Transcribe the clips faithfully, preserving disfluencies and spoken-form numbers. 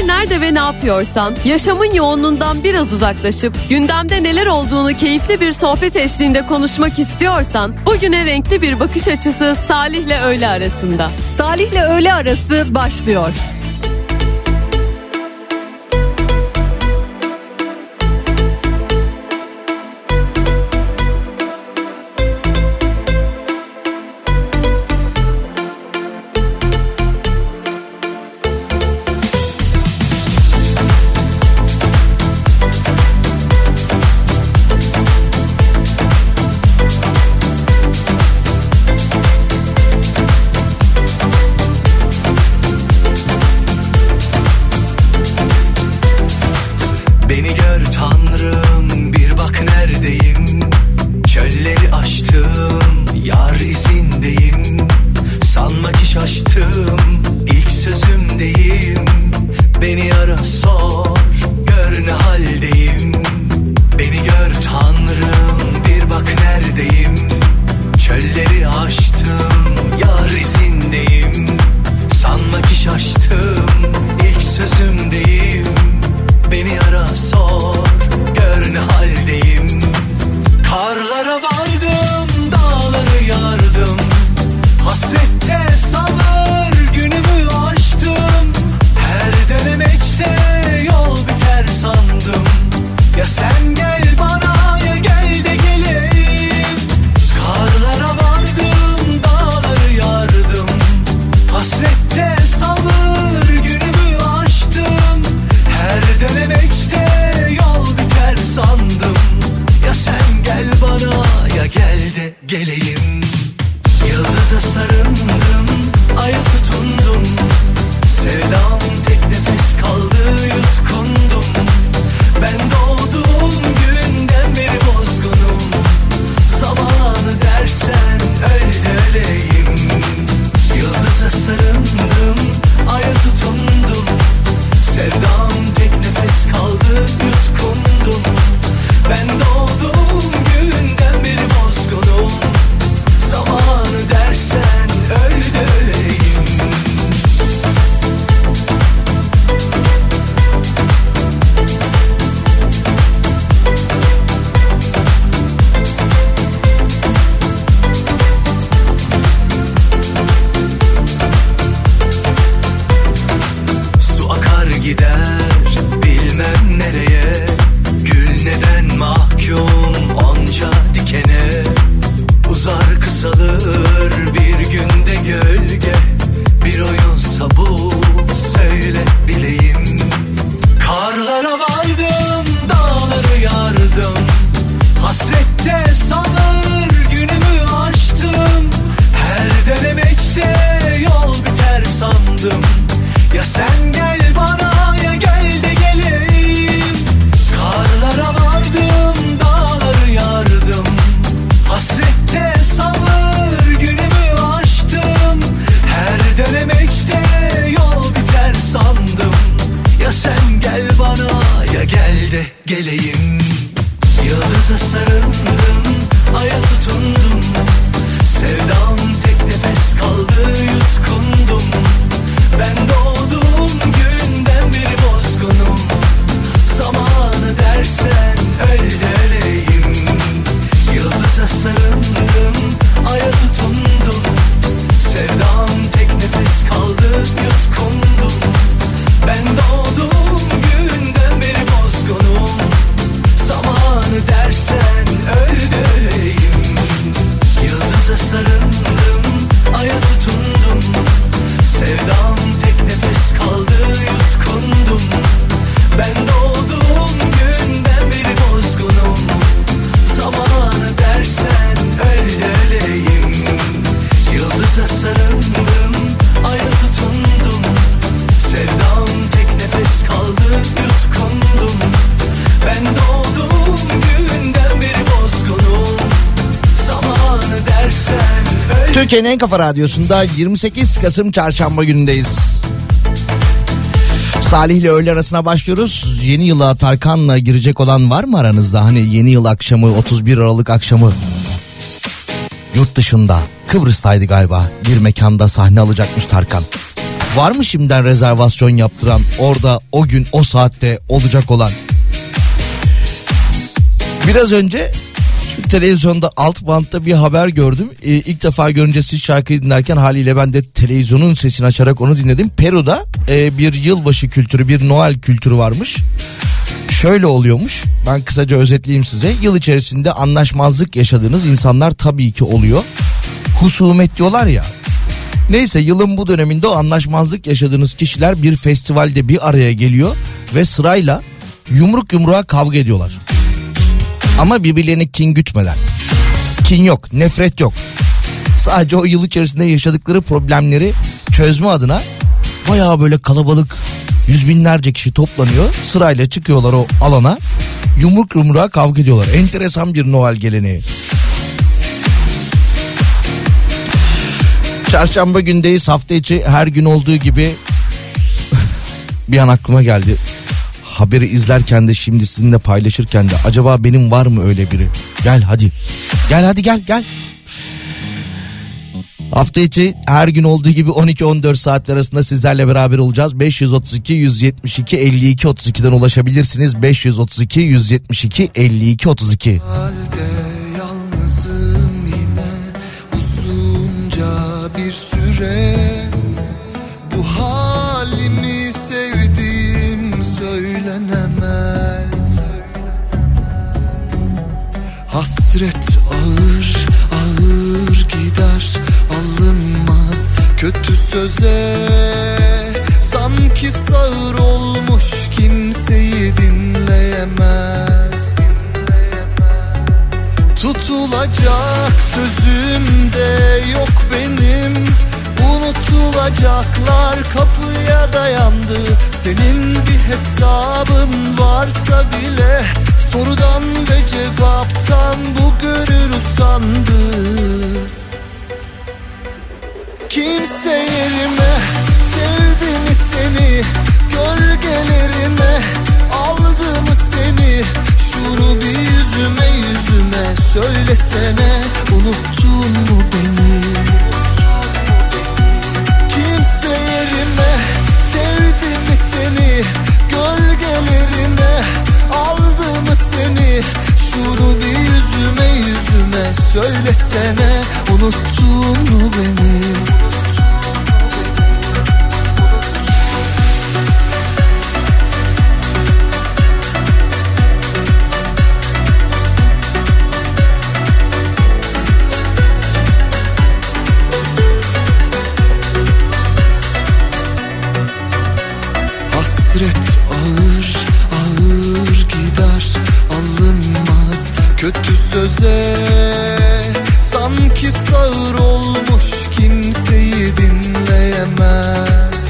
Her nerede ve ne yapıyorsan, yaşamın yoğunluğundan biraz uzaklaşıp gündemde neler olduğunu keyifli bir sohbet eşliğinde konuşmak istiyorsan, bugüne renkli bir bakış açısı Salih'le öğle arasında. Salih'le öğle arası başlıyor. Türkiye'nin en kafa radyosunda yirmi sekiz Kasım Çarşamba günündeyiz. Salih ile öğle arasına başlıyoruz. Yeni yıla Tarkan'la girecek olan var mı aranızda? Hani yeni yıl akşamı, otuz bir Aralık akşamı yurt dışında, Kıbrıs'taydı galiba, bir mekanda sahne alacakmış Tarkan. Var mı şimdiden rezervasyon yaptıran, orada o gün o saatte olacak olan? Biraz önce şu televizyonda alt bantta bir haber gördüm. Ee, ilk defa görünce siz şarkıyı dinlerken haliyle ben de televizyonun sesini açarak onu dinledim. Peru'da e, bir yılbaşı kültürü, bir Noel kültürü varmış. Şöyle oluyormuş, ben kısaca özetleyeyim size. Yıl içerisinde anlaşmazlık yaşadığınız insanlar tabii ki oluyor. Husumet diyorlar ya. Neyse, yılın bu döneminde o anlaşmazlık yaşadığınız kişiler bir festivalde bir araya geliyor ve sırayla yumruk yumruğa kavga ediyorlar. Ama birbirlerine kin gütmeden. Kin yok, nefret yok. Sadece o yıl içerisinde yaşadıkları problemleri çözme adına bayağı böyle kalabalık, yüz binlerce kişi toplanıyor. Sırayla çıkıyorlar o alana, yumruk yumruğa kavga ediyorlar. Enteresan bir Noel geleneği. Çarşamba gündeyiz, hafta içi her gün olduğu gibi bir an aklıma geldi. Haberi izlerken de şimdi sizinle paylaşırken de acaba benim var mı öyle biri? Gel hadi. Gel hadi gel gel. Hafta içi her gün olduğu gibi on iki on dört saatler arasında sizlerle beraber olacağız. beş yüz otuz iki yüz yetmiş iki elli iki otuz iki'den ulaşabilirsiniz. beş yüz otuz iki yüz yetmiş iki elli iki otuz iki. Yalnızım yine uzunca bir süre. Bu halimi sevdiğim söylenemez. Hasret ağır ağır gider, alınmaz kötü söze. Sanki sağır olmuş kimseyi dinleyemez. Tutulacak sözüm de yok benim. Unutulacaklar kapıya dayandı. Senin bir hesabın varsa bile sorudan ve cevaptan bu gönül usandı. Kimse yerime sevdi mi seni, gölgelerine aldı mı seni? Şunu bir yüzüme yüzüme söylesene, unuttun mu beni? Kimse yerime sevdi mi seni, gölgelerine aldı mı seni? Şunu bir yüzüme yüzüme söylesene, unuttun mu beni? Hasret ağır ağır gider, alınmaz kötü söze. Sanki sağır olmuş kimseyi dinleyemez.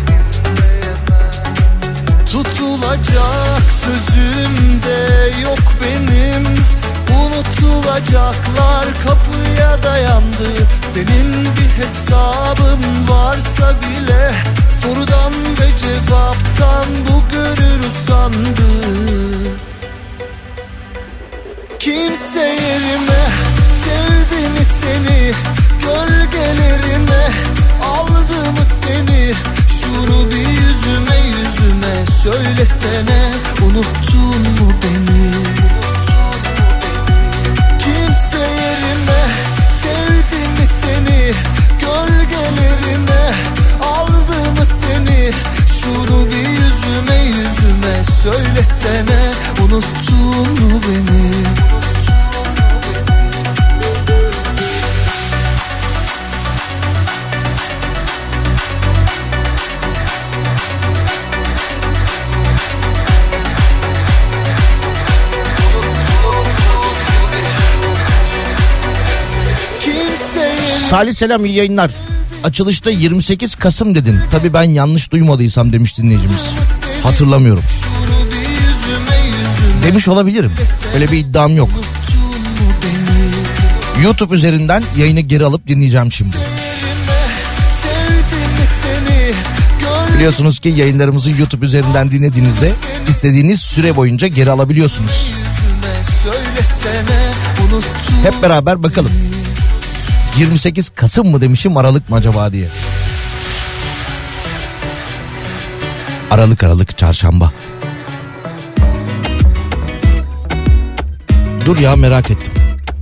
Tutulacak sözüm de yok benim. Unutulacaklar kapıya dayandı. Senin bir hesabın varsa bile sorudan ve cevaptan bu gönül usandı. Kimse yerime sevdi mi seni, gölgelerine aldı mı seni? Şunu bir yüzüme yüzüme söylesene, unuttun mu beni? Kimse yerime sevdi mi seni, gölgelerine aldı mı seni? Şunu bir yüzüme yüzüme söylesene, unuttun mu beni? Salih selam, iyi yayınlar. Açılışta yirmi sekiz Kasım dedin. Tabii ben yanlış duymadıysam demiş dinleyicimiz. Hatırlamıyorum. Demiş olabilirim. Öyle bir iddiam yok. YouTube üzerinden yayını geri alıp dinleyeceğim şimdi. Biliyorsunuz ki yayınlarımızı YouTube üzerinden dinlediğinizde istediğiniz süre boyunca geri alabiliyorsunuz. Hep beraber bakalım. yirmi sekiz Kasım mı demişim, Aralık mı acaba diye. Aralık aralık çarşamba. Dur ya, merak ettim.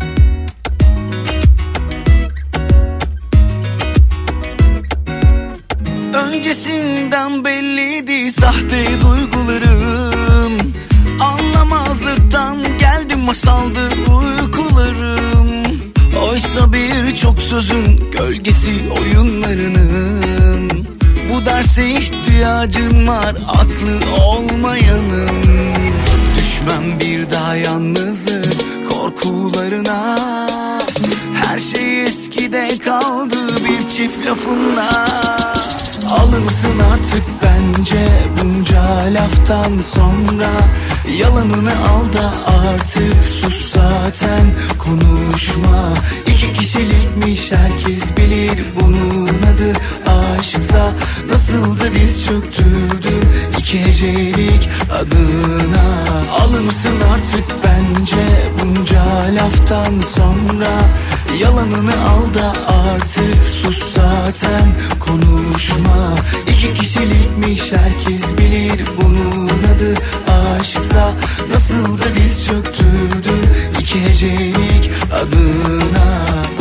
Öncesinden belliydi sahte duygularım. Anlamazlıktan geldim masaldı uykularım. Oysa birçok sözün gölgesi oyunlarının. Bu derse ihtiyacın var aklı olmayanın. Düşmem bir daha yalnızlık korkularına. Her şey eskide kaldı bir çift lafınla. Alır mısın artık bence bunca laftan sonra? Yalanını al da artık sus zaten konuşma. İki kişilikmiş herkes bilir bunun adı aşksa. Nasıl da diz çöktürdüm iki hecelik adına. Alır mısın artık bence bunca laftan sonra? Yalanını al da artık sus zaten konuşma. İki kişilikmiş herkes bilir bunun adı aşksa. Nasıl da diz çöktürdüm iki hecelik adına.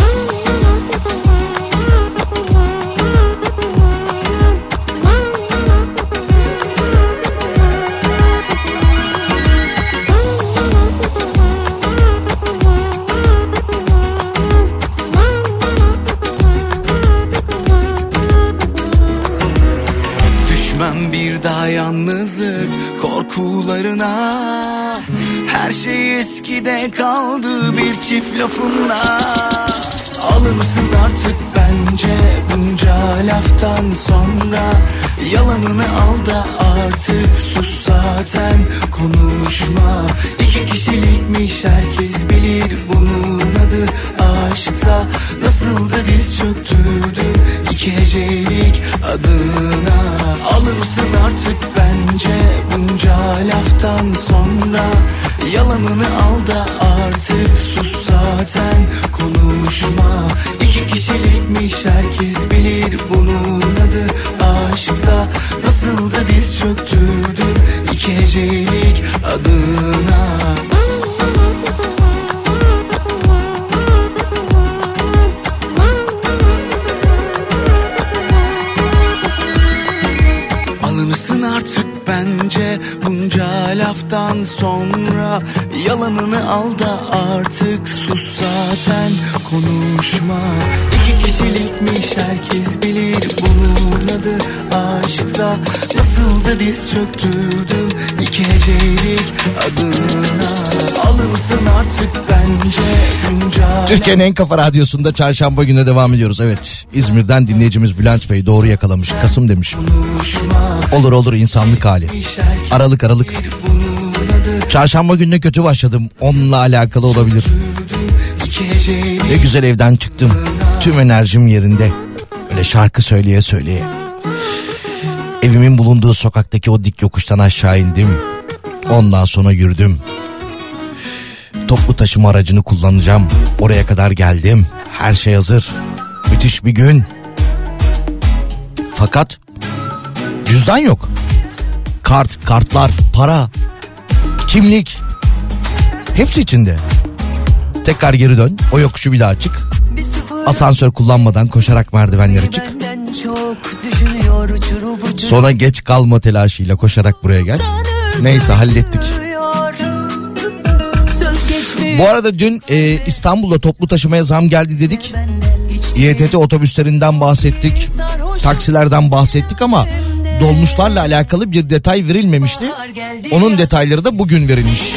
Bir daha yalnızlık korkularına. Her şey eskide kaldı bir çift lafınla. Alır mısın artık bence bunca laftan sonra? Yalanını al da artık sus zaten konuşma. İki kişilikmiş herkes bilir bunun adı aşksa. Nasıl da diz çöktürdüm iki hecelik adına. Alır mısın artık bence bunca laftan sonra? Yalanını al da artık sus zaten konuşma. İki kişilikmiş herkes bilir bunun adı aşksa. Nasıl da diz çöktürdüm iki hecelik adına. Alınırsın artık bence bunca laftan sonra. Yalanını al da artık sus zaten konuşma. İki kişilikmiş herkes bilir bunun adı aşksa. Nasıl da diz çöktürdüm iki hecelik adına. Alınırsın artık bence bunca. Türkiye'nin en kafa radyosunda çarşamba gününe devam ediyoruz. Evet, İzmir'den dinleyicimiz Bülent Bey doğru yakalamış. Kasım demiş. Olur olur, insanlık hali. Aralık aralık. Çarşamba gününe kötü başladım. Onunla alakalı olabilir. Ne güzel evden çıktım. Tüm enerjim yerinde. Öyle şarkı söyleye söyleye. Evimin bulunduğu sokaktaki o dik yokuştan aşağı indim. Ondan sonra yürüdüm. Toplu taşıma aracını kullanacağım. Oraya kadar geldim. Her şey hazır. Müthiş bir gün. Fakat cüzdan yok. Kart, kartlar, para, kimlik. Hepsi içinde. Tekrar geri dön. O yokuşu bir daha çık. Asansör kullanmadan koşarak merdivenleri çık. Sonra geç kalma telaşıyla koşarak buraya gel. Neyse, hallettik. Bu arada dün e, İstanbul'da toplu taşımaya zam geldi dedik. İ T T otobüslerinden bahsettik. Taksilerden bahsettik ama dolmuşlarla alakalı bir detay verilmemişti. Onun detayları da bugün verilmiş.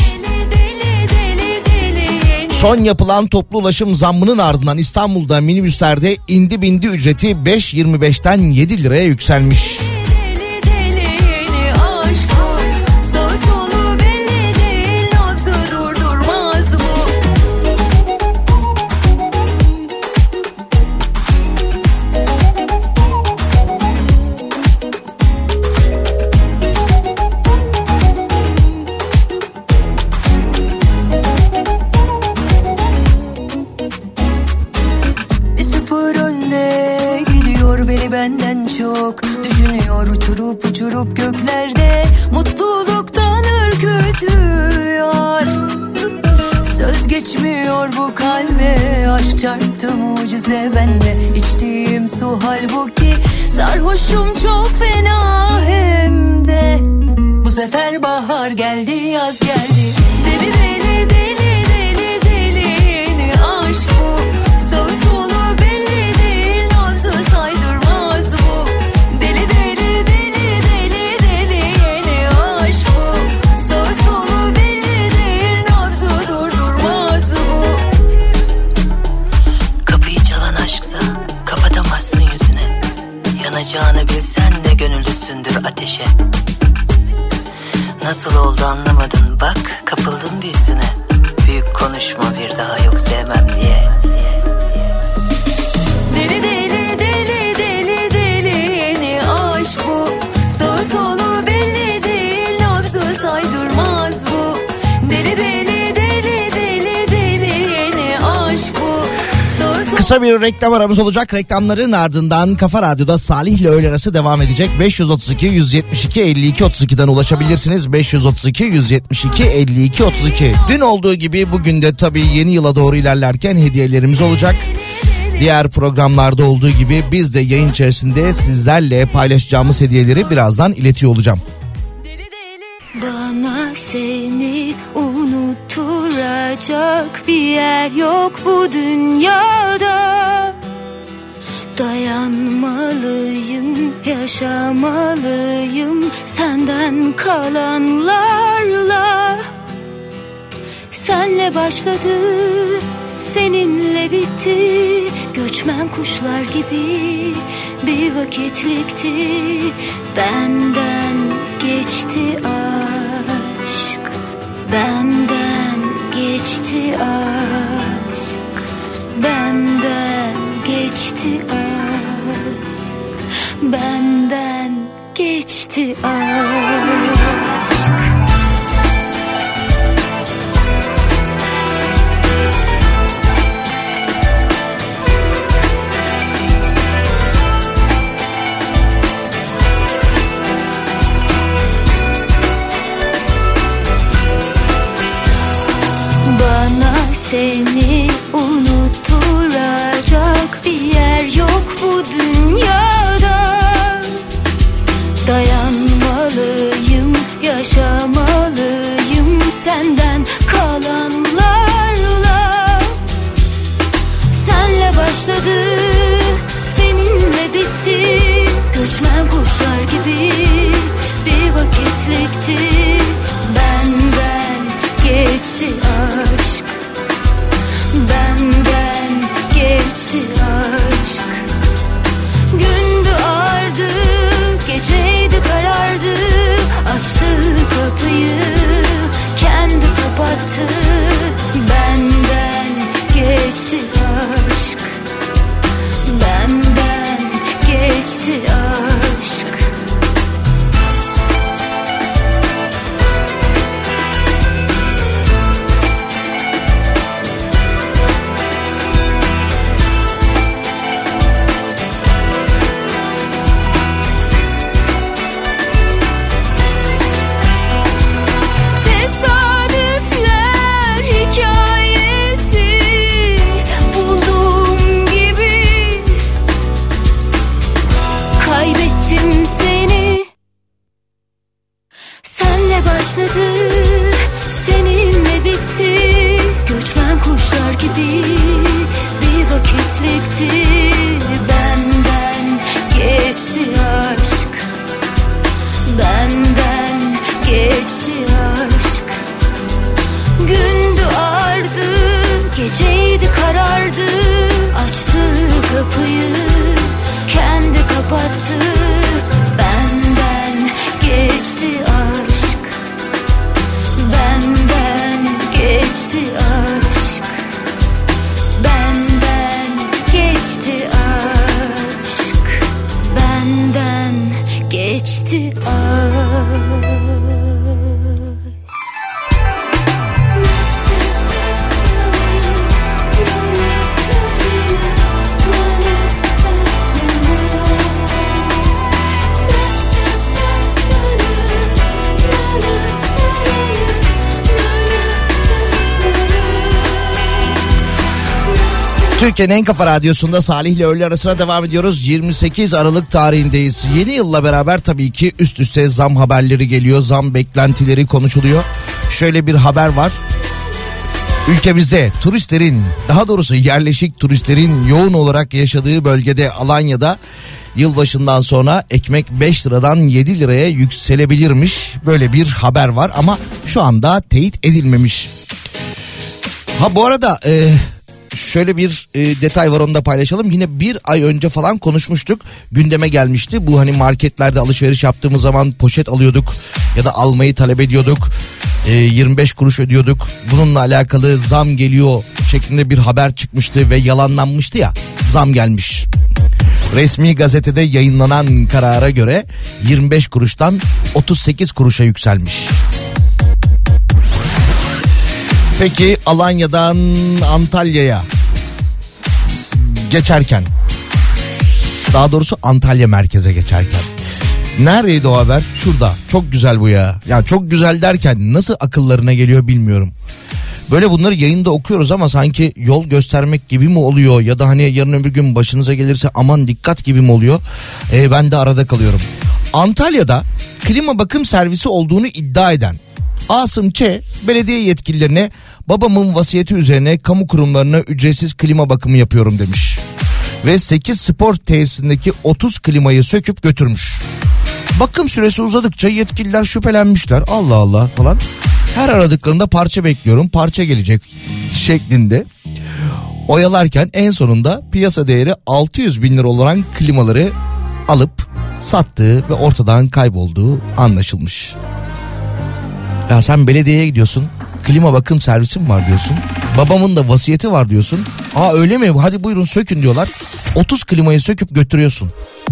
Son yapılan toplu ulaşım zammının ardından İstanbul'da minibüslerde indi bindi ücreti beş yirmi beşten yedi liraya yükselmiş. Benden çok düşünüyor. durup göklerde mutluluktan ürkütüyor. Söz geçmiyor bu kalbe, aşk çarptı mucize bende. İçtiğim su halbuki sarhoşum çok fena hem de. Bu sefer bahar geldi, yaz geldi. Deli deli deli deli deli yeni aşk bu. Sağ solu belli değil, nabzı saydırmaz bu. Deli deli deli deli deli yeni aşk bu. Sağ solu belli değil, nabzı durdurmaz bu. Kapıyı çalan aşksa kapatamazsın yüzüne. Yanacağını bilsen de gönüllüsündür ateşe. Nasıl oldu anlamadın bak, kapıldın büyüsüne. Büyük konuşma bir daha yok sevmem diye. Deli deli deli deli deli yeni aşk bu. Sağ solu belli değil, nabzı saydırmaz bu. Deli deli deli deli deli yeni aşk bu. Kısa bir reklam aramız olacak. Reklamların ardından Kafa Radyo'da Salih ile öğle arası devam edecek. beş yüz otuz iki yüz yetmiş iki elli iki otuz iki'den ulaşabilirsiniz. beş yüz otuz iki yüz yetmiş iki elli iki otuz iki. Dün olduğu gibi bugün de tabii yeni yıla doğru ilerlerken hediyelerimiz olacak. Diğer programlarda olduğu gibi biz de yayın içerisinde sizlerle paylaşacağımız hediyeleri birazdan iletiyor olacağım. Bana seni unutturacak bir yer yok bu dünyada. Dayanmalıyım, yaşamalıyım senden kalanlarla. Senle başladı, seninle bitti. Göçmen kuşlar gibi bir vakitlikti. Benden geçti aşk, benden geçti aşk, benden geçti aşk, benden geçti aşk. Bana seni unutturacak bir yer yok bu dünyada. Dayanmalıyım, yaşamalıyım senden kalanlarla. Senle başladı, seninle bitti. Göçmen kuşlar gibi bir vakitlikti. Benden geçti aşk, benden geçti aşk. Gündü ağardı, geceydi karardı. Açtı kapıyı, kendi kapattı. Benden geçti aşk, benden geçti aşk. Başladı, seninle bitti. Göçmen kuşlar gibi bir vakitlikti. Benden geçti aşk, benden geçti aşk. Gündü ağardı, geceydi karardı. Açtı kapıyı, kendi kapattı. Benden geçti aşk, benden geçti aşk, benden geçti aşk, benden geçti aşk. Türkiye'nin en kafa radyosunda Salih ile öğle arasına devam ediyoruz. yirmi sekiz Aralık tarihindeyiz. Yeni yılla beraber tabii ki üst üste zam haberleri geliyor. Zam beklentileri konuşuluyor. Şöyle bir haber var. Ülkemizde turistlerin, daha doğrusu yerleşik turistlerin yoğun olarak yaşadığı bölgede Alanya'da yılbaşından sonra ekmek beş liradan yedi liraya yükselebilirmiş. Böyle bir haber var ama şu anda teyit edilmemiş. Ha bu arada e, şöyle bir e, detay var, onu da paylaşalım. Yine bir ay önce falan konuşmuştuk. Gündeme gelmişti. Bu hani marketlerde alışveriş yaptığımız zaman poşet alıyorduk ya da almayı talep ediyorduk. E, yirmi beş kuruş ödüyorduk. Bununla alakalı zam geliyor şeklinde bir haber çıkmıştı ve yalanlanmıştı ya. Zam gelmiş. Resmi gazetede yayınlanan karara göre yirmi beş kuruştan otuz sekiz kuruşa yükselmiş. Peki Alanya'dan Antalya'ya geçerken, daha doğrusu Antalya merkeze geçerken, neredeydi o haber? Şurada. Çok güzel bu ya. Ya çok güzel derken nasıl akıllarına geliyor bilmiyorum. Böyle bunları yayında okuyoruz ama sanki yol göstermek gibi mi oluyor ya da hani yarın öbür gün başınıza gelirse aman dikkat gibi mi oluyor? Ee, ben de arada kalıyorum. Antalya'da klima bakım servisi olduğunu iddia eden Asım Ç. belediye yetkililerine babamın vasiyeti üzerine kamu kurumlarına ücretsiz klima bakımı yapıyorum demiş. Ve sekiz spor tesisindeki otuz klimayı söküp götürmüş. Bakım süresi uzadıkça yetkililer şüphelenmişler. Allah Allah falan. Her aradıklarında parça bekliyorum, parça gelecek şeklinde oyalarken en sonunda piyasa değeri altı yüz bin lira olan klimaları alıp sattığı ve ortadan kaybolduğu anlaşılmış. Ya sen belediyeye gidiyorsun, klima bakım servisim var diyorsun, babamın da vasiyeti var diyorsun. Aa öyle mi? Hadi buyurun sökün diyorlar. otuz klimayı söküp götürüyorsun.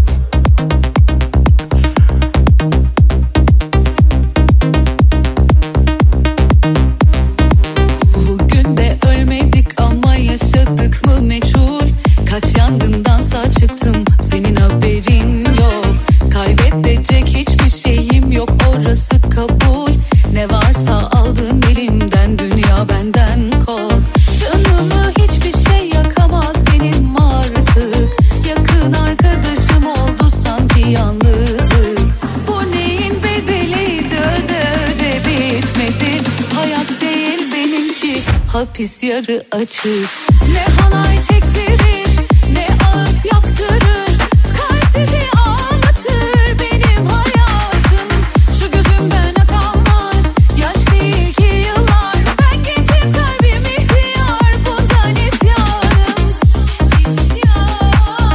Bugün de ölmedik ama yaşadık mı meçhul. Kaç yangından sağ çıktım, senin haberin yok. Kaybedecek hiçbir şeyim yok, orası kabul. Ne varsa aldın elimden, dünya benden kork. Canımı hiçbir şey yakamaz benim artık. Yakın arkadaşım oldu sanki yalnızlık. Bu neyin bedeliydi, öde öde bitmedi. Hayat değil benimki, hapis yarı açık. Ne halay çektirir, ne ağıt yaptırır. Kalp sizi ağlatır benim hayatım. Şu gözümden akanlar yaş değil ki yıllar. Ben getim kalbim ihtiyar, bundan isyanım. İsyanım,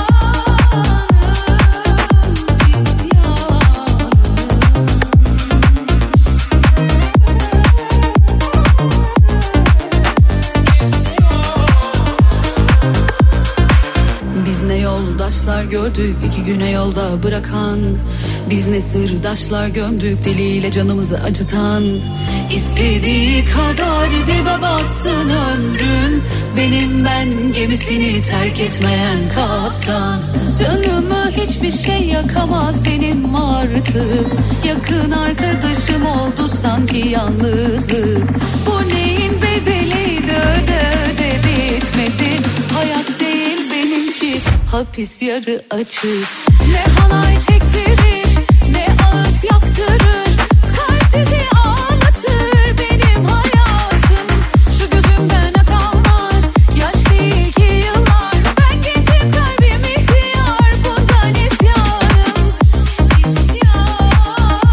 Biz ne yoldaşlar gördük iki güne yolda bırakan. Biz ne sırdaşlar gömdük diliyle canımızı acıtan. İstediği kadar dibe batsın ömrüm, benim ben gemisini terk etmeyen kaptan. Canımı hiçbir şey yakamaz benim artık. Yakın arkadaşım oldu sanki yalnızlık. Bu neyin bedeliydi, öde öde bitmedi. Hayat değil benimki, hapis yarı açık. Ne halay çektirir, ne ağıt yaptırır. Kalp sizi ağlatır benim hayatım. Şu gözümden akanlar yaş değil ki yıllar. Ben getim kalbim ihtiyar, bundan isyanım. İsyanım,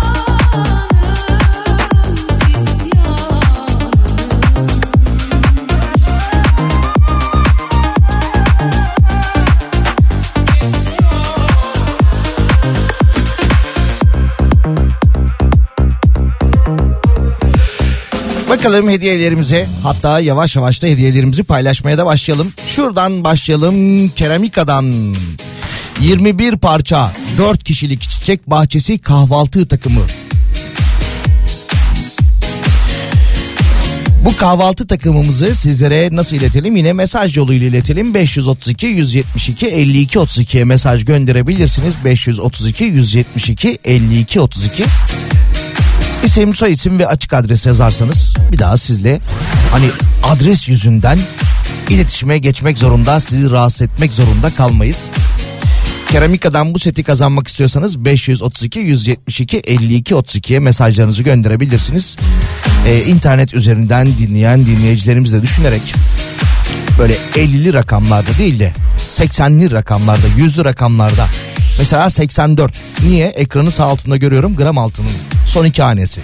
isyanım. Bakalım hediyelerimize, hatta yavaş yavaş da hediyelerimizi paylaşmaya da başlayalım. Şuradan başlayalım. Keramika'dan yirmi bir parça dört kişilik çiçek bahçesi kahvaltı takımı. Bu kahvaltı takımımızı sizlere nasıl iletelim? Yine mesaj yoluyla iletelim. beş yüz otuz iki yüz yetmiş iki elli iki otuz iki'ye mesaj gönderebilirsiniz. beş yüz otuz iki yüz yetmiş iki elli iki otuz iki. İsim, soyisim ve açık adres yazarsanız bir daha sizle hani adres yüzünden iletişime geçmek zorunda, sizi rahatsız etmek zorunda kalmayız. Keramika'dan bu seti kazanmak istiyorsanız beş yüz otuz iki yüz yetmiş iki elli iki otuz ikiye mesajlarınızı gönderebilirsiniz. Ee, internet üzerinden dinleyen dinleyicilerimiz de düşünerek böyle ellili rakamlarda değil de seksenli rakamlarda, yüzlü rakamlarda. Mesela seksen dört. Niye? Ekranı sağ altında görüyorum, gram altının son iki hanesi.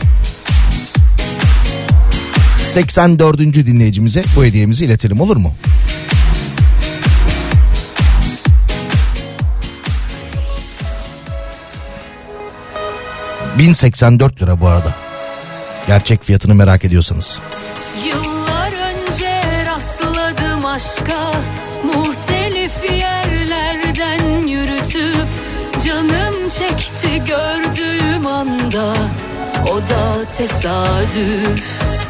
seksen dördüncü dinleyicimize bu hediyemizi iletelim, olur mu? bin seksen dört lira bu arada. Gerçek fiyatını merak ediyorsanız. Yıllar önce rastladım aşka, muhtelif yerlerden yürütüp canım çekti gördüğüm anda, o da tesadüf.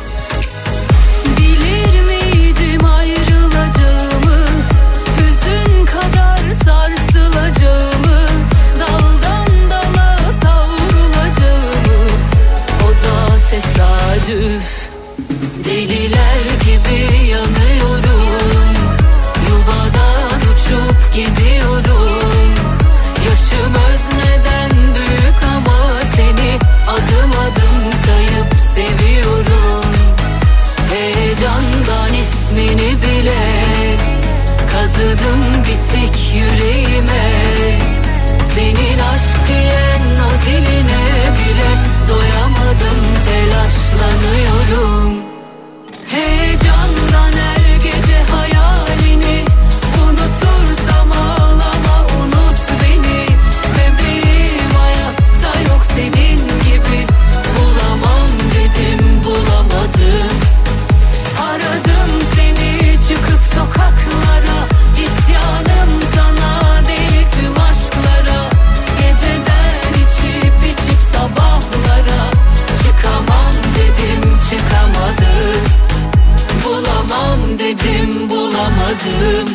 Bilir miydim ayrılacağımı, hüzün kadar sarsılacağımı, daldan dala savrulacağımı, o da tesadüf. Deliler gibi yanıyorum, yuvadan uçup gidiyorum. Yaşım özneden büyük ama seni adım adım sayıp seviyorum. Heyecandan ismini bile kazıdım bitik yüreğime. Senin aşk diyen o diline bile doyamadım, telaşlanıyorum. Heyecandan her gece hayalini unutursam ağlama, unut beni. Bebeğim hayatta yok senin gibi, bulamam dedim bulamadım. Aradım seni çıkıp sokaklara, isyanım sana değil tüm aşklara. Geceden içip içip sabahlara, çıkamam dedim çıkamadım, bulamam dedim bulamadım.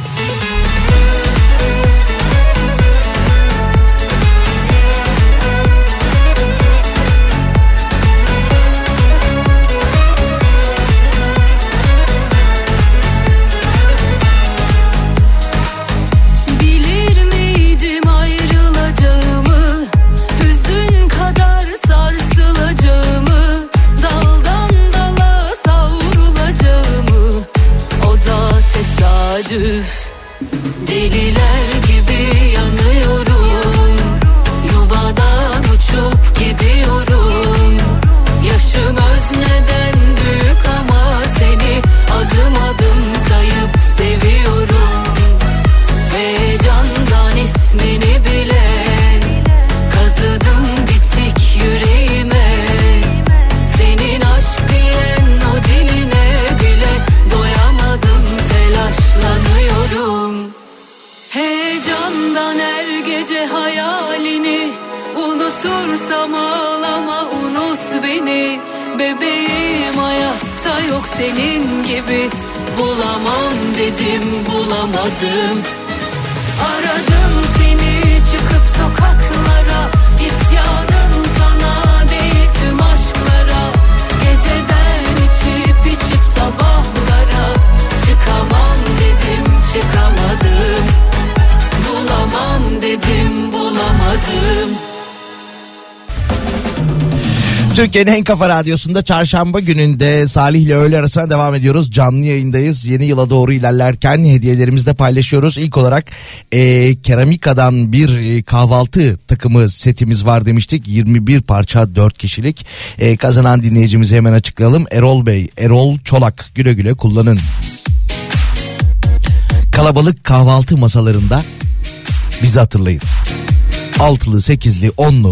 Bilir miydim ayrılacağımı, hüzün kadar sarsılacağımı, daldan dala savrulacağımı, o da tesadüf. Deliler gibi yanıyorum, yuvadan uçup gidiyorum. Yaşım özneden büyük ama seni adım adım sayıp seviyorum. Heyecandan ismini bile kazıdım bitik yüreğime. Senin aşk diyen o diline bile doyamadım, telaşlanıyorum. Heyecandan her gece hayalini unutursam ağlama, unut beni. Bebeğim hayatta yok senin gibi, bulamam dedim bulamadım. Aradım seni çıkıp sokaklara, isyanım sana değil tüm aşklara. Geceden içip içip sabahlara, çıkamam dedim çıkamadım, bulamam dedim bulamadım. Türkiye'nin en kafa radyosunda çarşamba gününde Salih ile öğle arasına devam ediyoruz. Canlı yayındayız. Yeni yıla doğru ilerlerken hediyelerimizi de paylaşıyoruz. İlk olarak e, Keramika'dan bir kahvaltı takımı setimiz var demiştik. yirmi bir parça dört kişilik. E, kazanan dinleyicimizi hemen açıklayalım. Erol Bey, Erol Çolak, güle güle kullanın. Kalabalık kahvaltı masalarında bizi hatırlayın. Altılı, sekizli, onlu.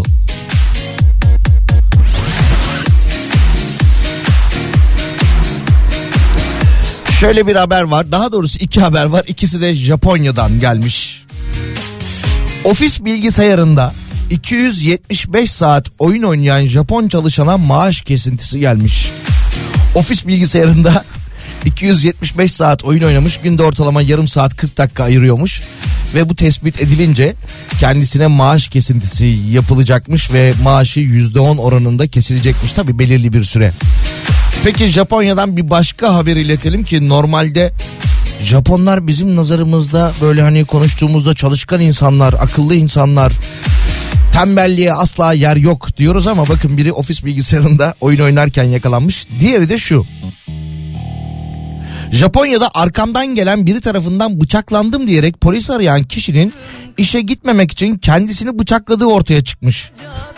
Şöyle bir haber var. Daha doğrusu iki haber var. İkisi de Japonya'dan gelmiş. Ofis bilgisayarında iki yüz yetmiş beş saat oyun oynayan Japon çalışana maaş kesintisi gelmiş. Ofis bilgisayarında iki yüz yetmiş beş saat oyun oynamış, günde ortalama yarım saat kırk dakika ayırıyormuş ve bu tespit edilince kendisine maaş kesintisi yapılacakmış ve maaşı yüzde on oranında kesilecekmiş, tabii belirli bir süre. Peki Japonya'dan bir başka haber iletelim ki normalde Japonlar bizim nazarımızda böyle hani konuştuğumuzda çalışkan insanlar, akıllı insanlar, tembelliğe asla yer yok diyoruz ama bakın biri ofis bilgisayarında oyun oynarken yakalanmış. Diğeri de şu. Japonya'da arkamdan gelen biri tarafından bıçaklandım diyerek polis arayan kişinin işe gitmemek için kendisini bıçakladığı ortaya çıkmış.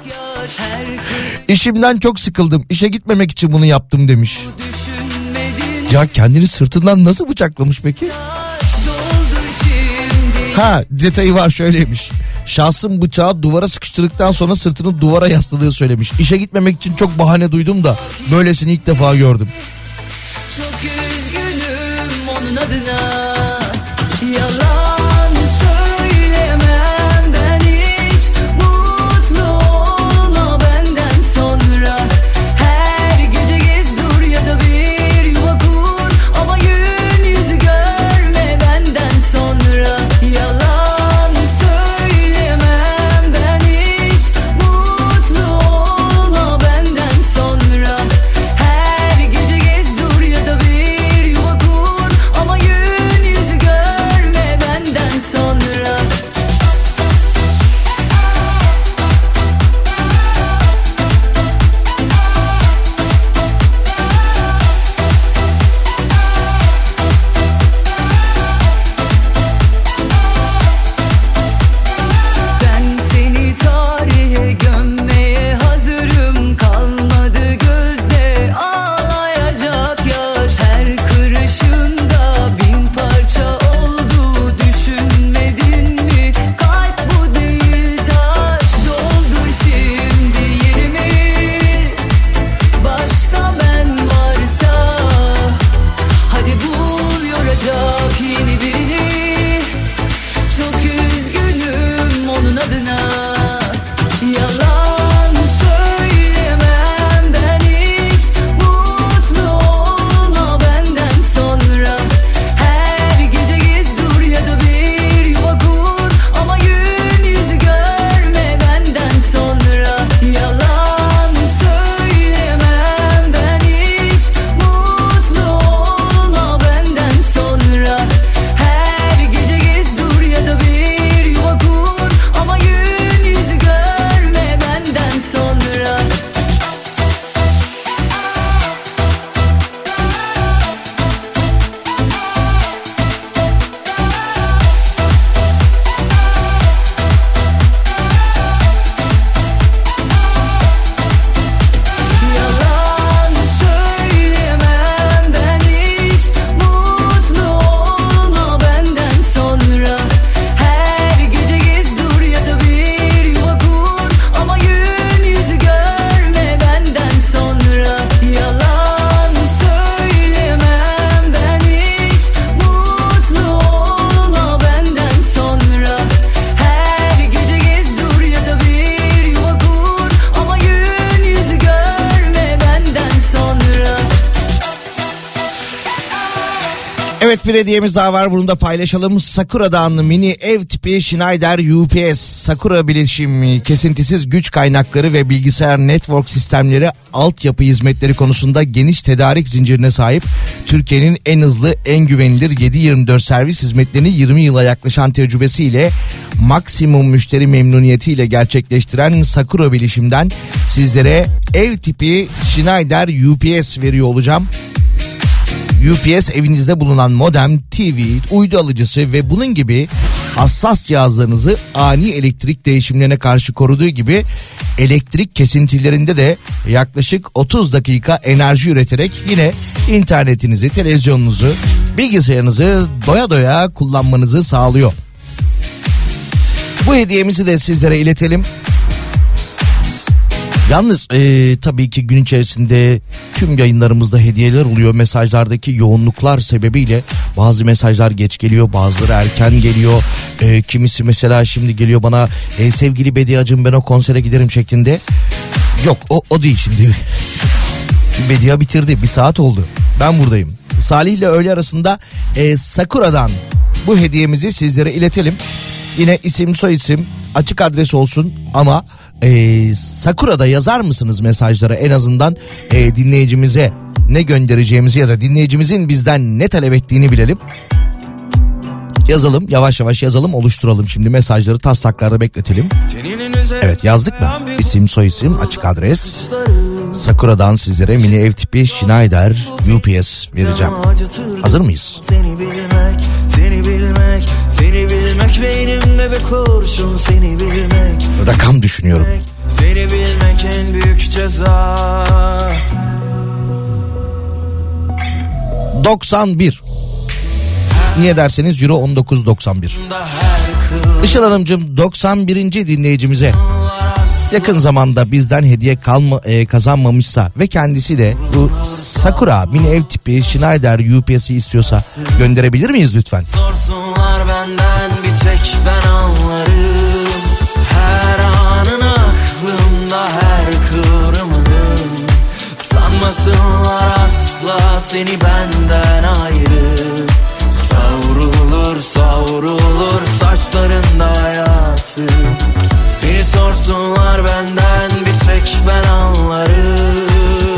İşimden çok sıkıldım, işe gitmemek için bunu yaptım demiş. Ya kendini sırtından nasıl bıçaklamış peki? Ha, detayı var, şöyleymiş. Şahsın bıçağı duvara sıkıştırdıktan sonra sırtını duvara yasladığı söylemiş. İşe gitmemek için çok bahane duydum da böylesini ilk defa gördüm. Çok üzgünüm onun adına. Yalan söylemem ben hiç. Mutlu olma benden sonra. Her gece gez dur ya da bir yuva kur. Ama gün yüzü görme benden sonra. Yalan söylemem ben hiç. Mutlu olma benden sonra. Her gece gez dur ya da bir yuva kur. Ama gün yüzü görme benden sonra. Ben seni tarihe gömmeye hazırım. Kalmadı gözde ağlayacak yaş. Her kırışında bin parça oldu. Düşünmedin mi? Kalp bu değil taş. Doldur şimdi yerimi. Başka ben varsa hadi bul yoracak yeni birini. Çok üzgünüm onun adına. Yalan söylemem ben hiç. Mutlu olma benden sonra. Her gece gez dur ya da bir yuva kur. Ama gün yüzü görme benden sonra. Yalan söylemem ben hiç. Mutlu olma benden sonra. Her gece gez dur ya da bir yuva kur. Ama gün yüzü görme benden sonra. Yalan söylemem ben hiç. Mutlu olma benden sonra. Her gece gez dur ya da bir yuva kur. Ama gün yüzü görme benden sonra. Yalan söylemem ben hiç. Mutlu olma benden sonra. Her gece gez dur ya da bir yuva kur. Ama gün yüzü görme benden sonra. Evet, bir hediyemiz daha var, bunu da paylaşalım. Sakura'dan mini ev tipi Schneider U P S Sakura bileşim kesintisiz güç kaynakları ve bilgisayar network sistemleri altyapı hizmetleri konusunda geniş tedarik zincirine sahip. Türkiye'nin en hızlı, en güvenilir yedi yirmi dört servis hizmetlerini yirmi yıla yaklaşan tecrübesiyle maksimum müşteri memnuniyetiyle gerçekleştiren Sakura bilişimden sizlere ev tipi Schneider U P S veriyor olacağım. U P S evinizde bulunan modem, T V, uydu alıcısı ve bunun gibi hassas cihazlarınızı ani elektrik değişimlerine karşı koruduğu gibi elektrik kesintilerinde de yaklaşık otuz dakika enerji üreterek yine internetinizi, televizyonunuzu, bilgisayarınızı doya doya kullanmanızı sağlıyor. Bu hediyemizi de sizlere iletelim. Yalnız e, tabii ki gün içerisinde tüm yayınlarımızda hediyeler oluyor. Mesajlardaki yoğunluklar sebebiyle bazı mesajlar geç geliyor, bazıları erken geliyor. E, kimisi mesela şimdi geliyor bana, e, sevgili Bediacığım ben o konsere giderim şeklinde. Yok, o, o değil şimdi. Bedia bitirdi, bir saat oldu. Ben buradayım. Salih ile öğle arasında e, Sakura'dan bu hediyemizi sizlere iletelim. Yine isim soyisim açık adres olsun ama e, Sakura'da yazar mısınız mesajlara, en azından e, dinleyicimize ne göndereceğimizi ya da dinleyicimizin bizden ne talep ettiğini bilelim. Yazalım, yavaş yavaş yazalım, oluşturalım. Şimdi mesajları taslaklarda bekletelim. Evet, yazdık mı? İsim, soyisim, açık adres. Sakura'dan sizlere mini ev tipi Schneider U P S vereceğim. Hazır mıyız? Seni bilmek, seni bilmek, seni bilmek beynimde bir kurşun, seni bilmek. Rakam düşünüyorum. Seni bilmek en büyük ceza. doksan bir. Niye derseniz Euro on dokuz doksan bir. Işıl Hanımcığım, doksan birinci dinleyicimize yakın zamanda bizden hediye kalma, e, kazanmamışsa ve kendisi de bu Sakura mini ev tipi Schneider U P S'i istiyorsa gönderebilir miyiz lütfen? Sorsunlar benden, bir tek ben anlarım. Her anın aklımda, her kıvrımın. Sanmasınlar asla seni benden ayrı. Savrulur savrulur saçlarında hayatı. Seni sorsunlar benden, bir tek ben anlarım.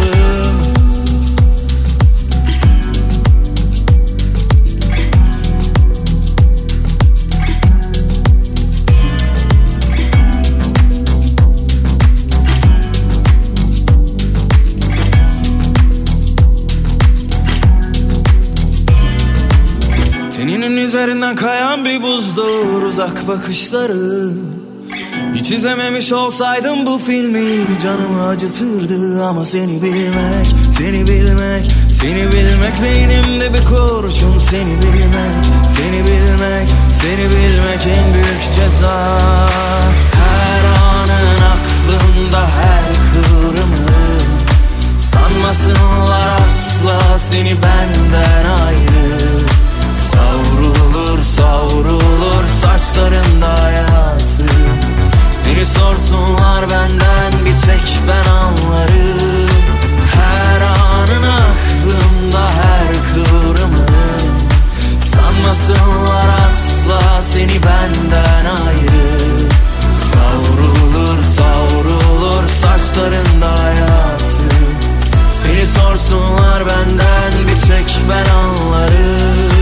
Teninin üzerinden kayan bir buzdur uzak bakışları. Hiç izlememiş olsaydım bu filmi canımı acıtırdı. Ama seni bilmek, seni bilmek, seni bilmek beynimde bir kurşun. Seni bilmek, seni bilmek, seni bilmek en büyük ceza. Her anın aklımda, her kıvrımın. Sanmasınlar asla seni benden ayrı. Savrulur savrulur saçlarında hayatı. Seni sorsunlar benden, bir tek ben anlarım. Her anın aklımda, her kıvrımın. Sanmasınlar asla seni benden ayrı. Savrulur savrulur saçlarında hayatı. Seni sorsunlar benden, bir tek ben anlarım.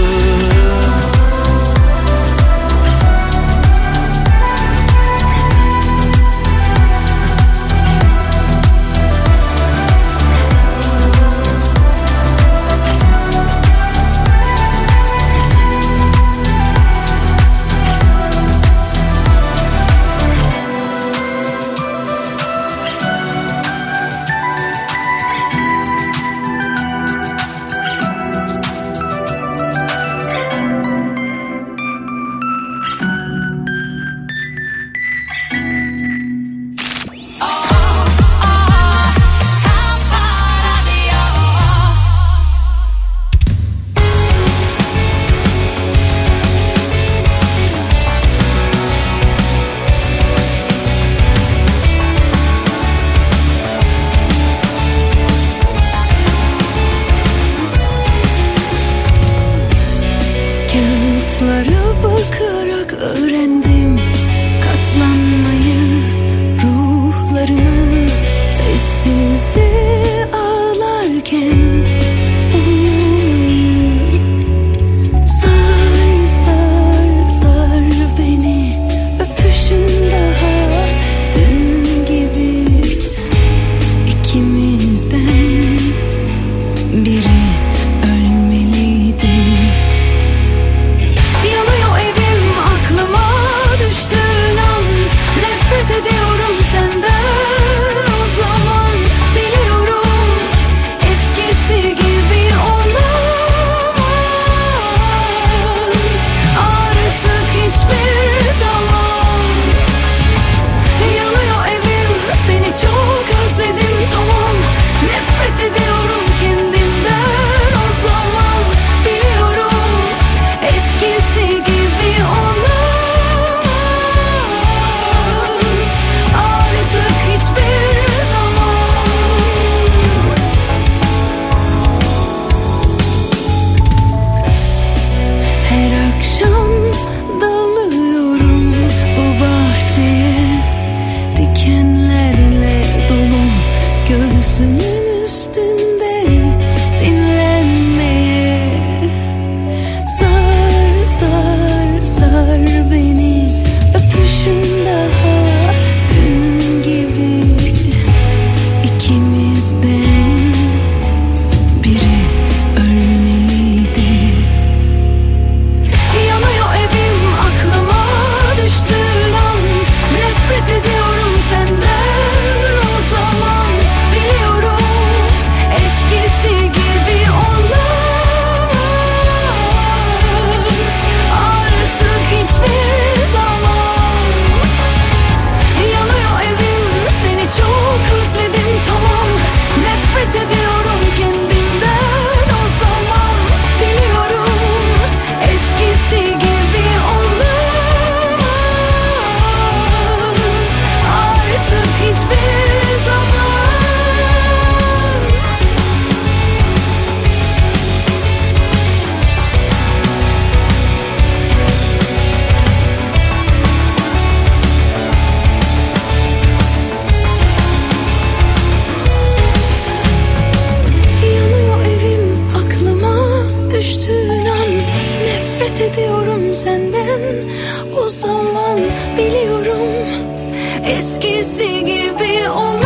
senden. O zaman biliyorum eskisi gibi olamaz.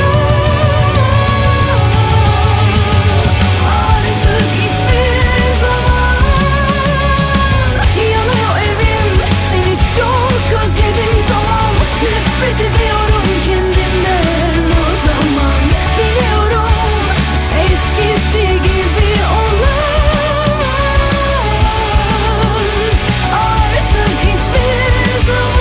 Artık hiçbir zaman yanıyor evim. Seni çok özledim, tamam. Nefret ediyorum kendimden. O zaman biliyorum eskisi gibi olamaz. Artık hiçbir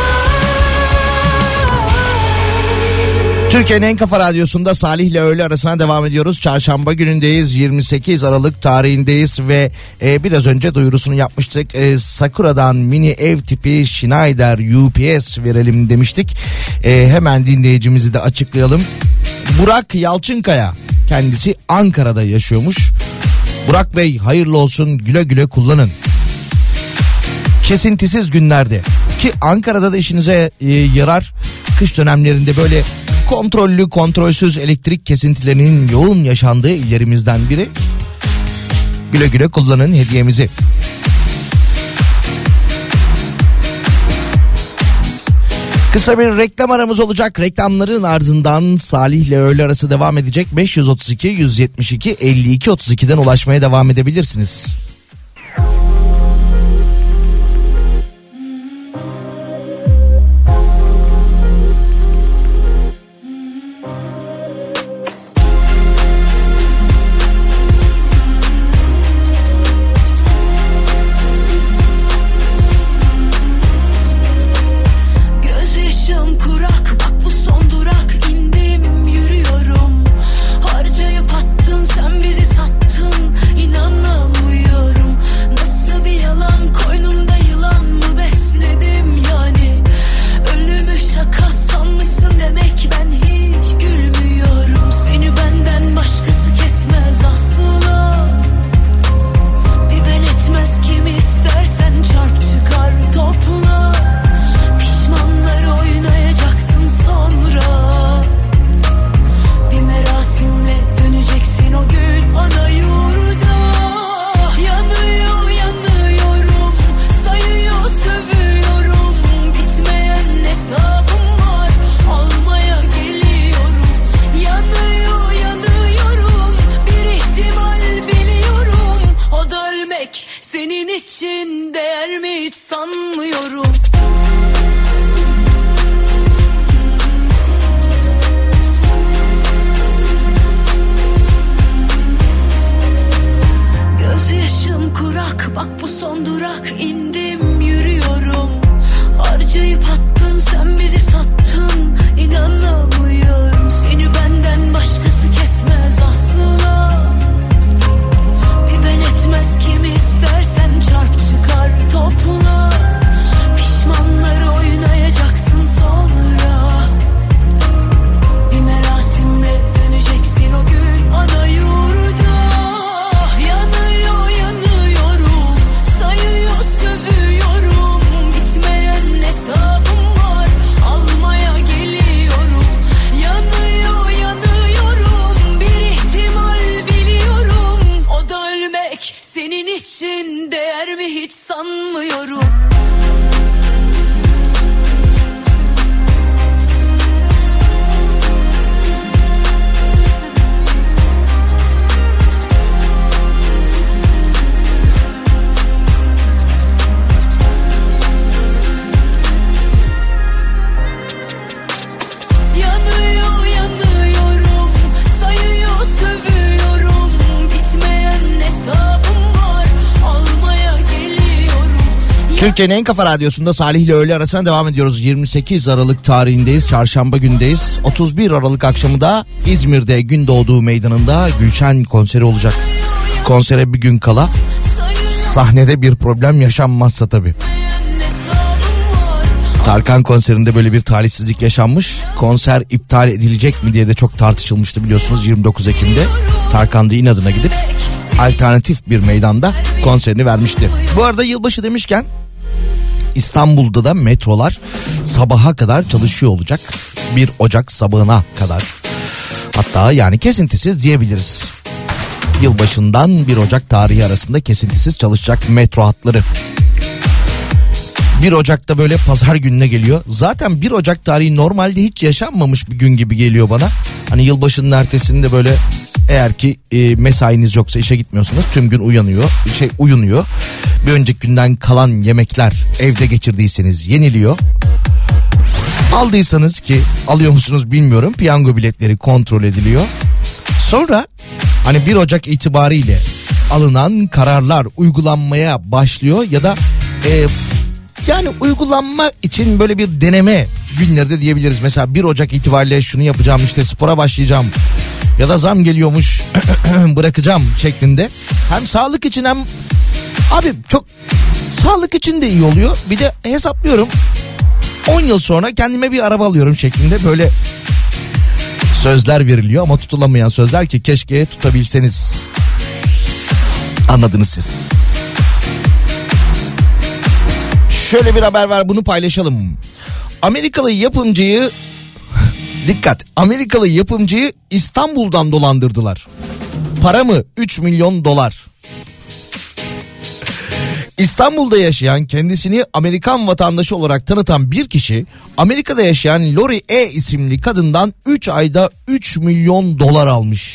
zaman. Türkiye'nin en kafa radyosunda Salih ile öğle arasına devam ediyoruz. Çarşamba günündeyiz, yirmi sekiz Aralık tarihindeyiz ve e, biraz önce duyurusunu yapmıştık. E, Sakura'dan mini ev tipi Schneider U P S verelim demiştik. E, hemen dinleyicimizi de açıklayalım. Burak Yalçınkaya, kendisi Ankara'da yaşıyormuş. Burak Bey hayırlı olsun, güle güle kullanın. Kesintisiz günlerde ki Ankara'da da işinize e, yarar. Kış dönemlerinde böyle kontrollü kontrolsüz elektrik kesintilerinin yoğun yaşandığı illerimizden biri. Güle güle kullanın hediyemizi. Kısa bir reklam aramız olacak. Reklamların ardından Salih ile öğle arası devam edecek. beş yüz otuz iki yüz yetmiş iki elli iki otuz iki'den ulaşmaya devam edebilirsiniz. Türkiye'nin en kafa radyosunda Salih ile öğle arasına devam ediyoruz. yirmi sekiz Aralık tarihindeyiz. Çarşamba gündeyiz. otuz bir Aralık akşamı da İzmir'de Gündoğdu Meydanı'nda Gülşen konseri olacak. Konsere bir gün kala, sahnede bir problem yaşanmazsa tabii. Tarkan konserinde böyle bir talihsizlik yaşanmış. Konser iptal edilecek mi diye de çok tartışılmıştı biliyorsunuz yirmi dokuz Ekim'de. Tarkan da inadına gidip alternatif bir meydanda konserini vermişti. Bu arada yılbaşı demişken İstanbul'da da metrolar sabaha kadar çalışıyor olacak. bir Ocak sabahına kadar. Hatta yani kesintisiz diyebiliriz. Yılbaşından bir Ocak tarihi arasında kesintisiz çalışacak metro hatları. bir Ocak'ta böyle pazar gününe geliyor. Zaten bir Ocak tarihi normalde hiç yaşanmamış bir gün gibi geliyor bana. Hani yılbaşının ertesinde böyle, eğer ki e, mesainiz yoksa, işe gitmiyorsanız tüm gün uyanıyor, şey uyunuyor. Bir önceki günden kalan yemekler evde geçirdiyseniz yeniliyor. Aldıysanız, ki alıyor musunuz bilmiyorum, piyango biletleri kontrol ediliyor. Sonra hani bir Ocak itibariyle alınan kararlar uygulanmaya başlıyor ya da e, yani uygulanma için böyle bir deneme günleri de diyebiliriz. Mesela bir Ocak itibariyle şunu yapacağım, işte spora başlayacağım ya da zam geliyormuş bırakacağım şeklinde. Hem sağlık için hem abi çok sağlık için de iyi oluyor. Bir de hesaplıyorum, on yıl sonra kendime bir araba alıyorum şeklinde böyle sözler veriliyor ama tutulamayan sözler ki keşke tutabilseniz. Anladınız siz. Şöyle bir haber var, bunu paylaşalım. Amerikalı yapımcıyı dikkat Amerikalı yapımcıyı İstanbul'dan dolandırdılar. Para mı? üç milyon dolar. İstanbul'da yaşayan, kendisini Amerikan vatandaşı olarak tanıtan bir kişi Amerika'da yaşayan Lori E isimli kadından üç ayda üç milyon dolar almış.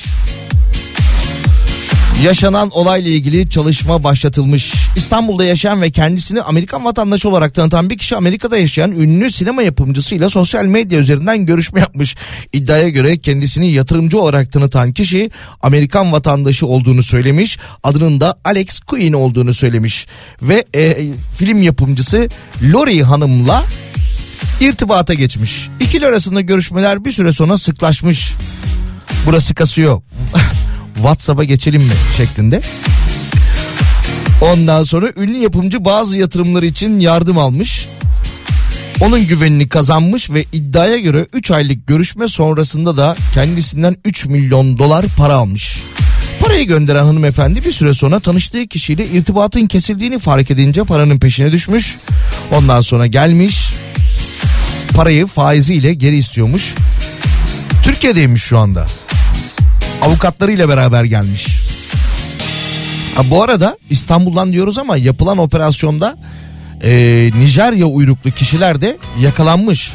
Yaşanan olayla ilgili çalışma başlatılmış. İstanbul'da yaşayan ve kendisini Amerikan vatandaşı olarak tanıtan bir kişi Amerika'da yaşayan ünlü sinema yapımcısıyla sosyal medya üzerinden görüşme yapmış. İddiaya göre kendisini yatırımcı olarak tanıtan kişi Amerikan vatandaşı olduğunu söylemiş. Adının da Alex Quinn olduğunu söylemiş. Ve e, film yapımcısı Lori Hanım'la irtibata geçmiş. İkili arasında görüşmeler bir süre sonra sıklaşmış. Burası kasıyor. WhatsApp'a geçelim mi şeklinde. Ondan sonra ünlü yapımcı bazı yatırımları için yardım almış. Onun güvenini kazanmış ve iddiaya göre üç aylık görüşme sonrasında da kendisinden üç milyon dolar para almış. Parayı gönderen hanımefendi bir süre sonra tanıştığı kişiyle irtibatın kesildiğini fark edince paranın peşine düşmüş. Ondan sonra gelmiş, parayı faiziyle geri istiyormuş. Türkiye'deymiş şu anda. Avukatlarıyla beraber gelmiş. Ha, bu arada İstanbul'dan diyoruz ama yapılan operasyonda e, Nijerya uyruklu kişiler de yakalanmış.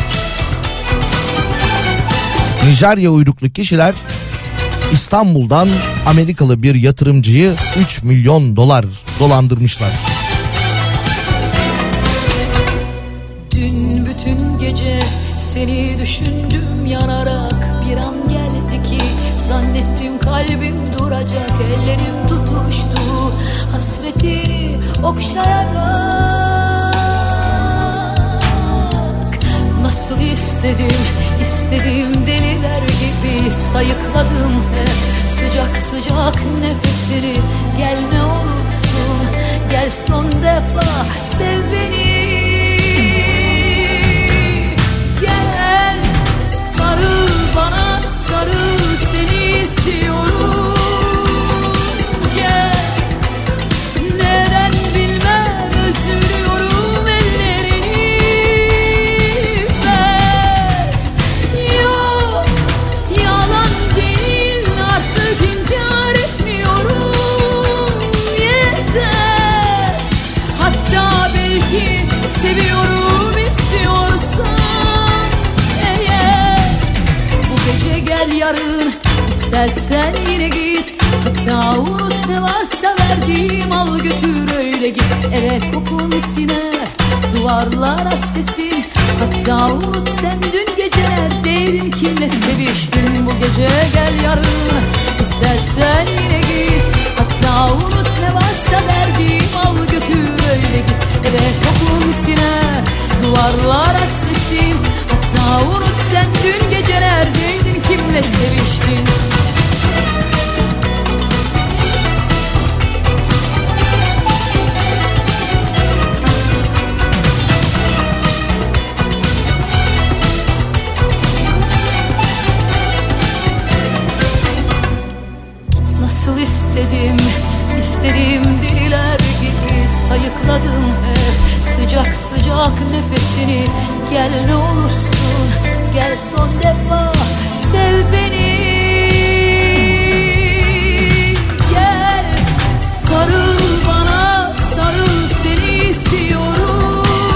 Nijerya uyruklu kişiler İstanbul'dan Amerikalı bir yatırımcıyı üç milyon dolar dolandırmışlar. Dün bütün gece seni düşündüm yanarak, bir an geldi ki zannettim kalbim duracak, ellerim tutuştu hasretini okşayarak. Nasıl istedim, istedim deliler gibi, sayıkladım hep sıcak sıcak nefesini. Gel ne olursun, gel son defa sev beni. Gel sarıl bana, sarıl, seni istiyorum. Gel, neden bilmem özlüyorum, ellerini ver. Yok, yalan değil, artık inkar etmiyorum. Yeter, hatta belki seviyorum istiyorsan. Gece gel yarın, istersen yine git. Hatta unut ne varsa verdiğim, al götür öyle git. Eve kokun siner, duvarlara sesin. Hatta unut sen dün gece neredeydin, kimle seviştin. Bu gece gel yarın, istersen yine git. Hatta unut ne varsa verdiğim, al götür öyle git. Eve kokun siner, duvarlara sesin. Hatta unut sen dün gece neredeydin, kimle seviştin. Nasıl istedim, istedim deliler gibi, sayıkladım hep sıcak sıcak nefesini. Gel ne olursun, gel son defa sev beni. Gel sarıl bana, sarıl, seni istiyorum.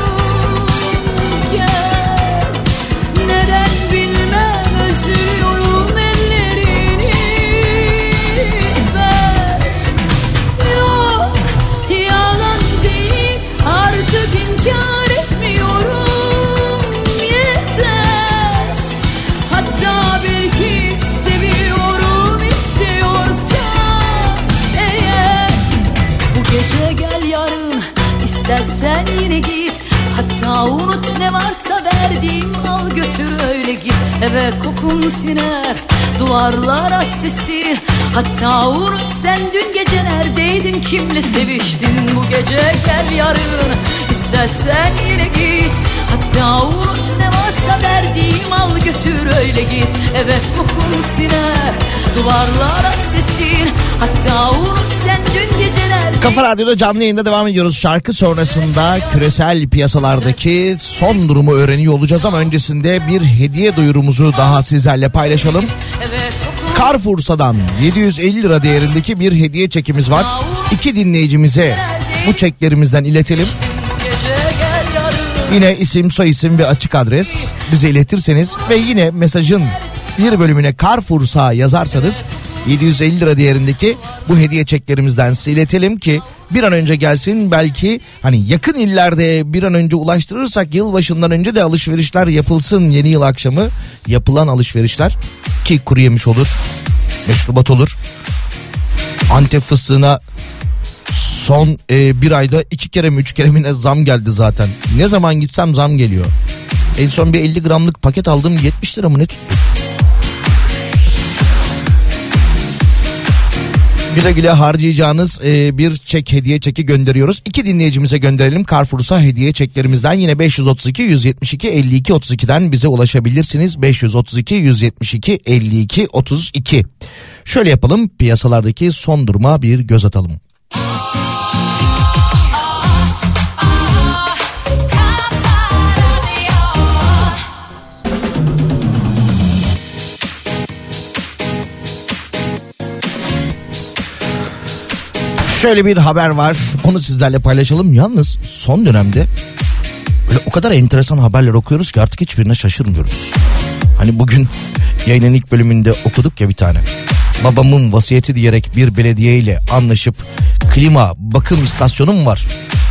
İstersen yine git, hatta unut ne varsa verdiğim, al götür öyle git. Eve kokun siner, duvarlara sesin. Hatta unut sen dün gece neredeydin, kimle seviştin bu gece, gel yarın. İstersen yine git, hatta unut ne varsa verdiğim, al götür öyle git. Evet kokun siner, duvarlara sesin. Hatta unut sen dün gece neredeydin. Kafa Radyo'da canlı yayında devam ediyoruz. Şarkı sonrasında küresel piyasalardaki son durumu öğreniyor olacağız ama öncesinde bir hediye duyurumuzu daha sizlerle paylaşalım. Carrefour'dan yedi yüz elli lira değerindeki bir hediye çekimiz var. İki dinleyicimize bu çeklerimizden iletelim. Yine isim, soyisim ve açık adres bize iletirseniz ve yine mesajın bir bölümüne Carrefour'a yazarsanız yedi yüz elli lira değerindeki bu hediye çeklerimizden size iletelim ki bir an önce gelsin. Belki hani yakın illerde bir an önce ulaştırırsak yılbaşından önce de alışverişler yapılsın. Yeni yıl akşamı yapılan alışverişler ki kuru yemiş olur, meşrubat olur. Antep fıstığına son e, bir ayda iki kere mi üç kere mi ne zam geldi zaten. Ne zaman gitsem zam geliyor. En son bir elli gramlık paket aldım, yetmiş lira mı ne tuttu? Güle güle harcayacağınız e, bir çek, hediye çeki gönderiyoruz. İki dinleyicimize gönderelim Carrefour'a hediye çeklerimizden. Yine beş yüz otuz iki yüz yetmiş iki elli iki otuz iki'den bize ulaşabilirsiniz. beş yüz otuz iki yüz yetmiş iki elli iki otuz iki. Şöyle yapalım, piyasalardaki son duruma bir göz atalım. Şöyle bir haber var, onu sizlerle paylaşalım. Yalnız son dönemde böyle o kadar enteresan haberler okuyoruz ki artık hiçbirine şaşırmıyoruz. Hani bugün yayının ilk bölümünde okuduk ya bir tane. Babamın vasiyeti diyerek bir belediyeyle anlaşıp klima bakım istasyonum var.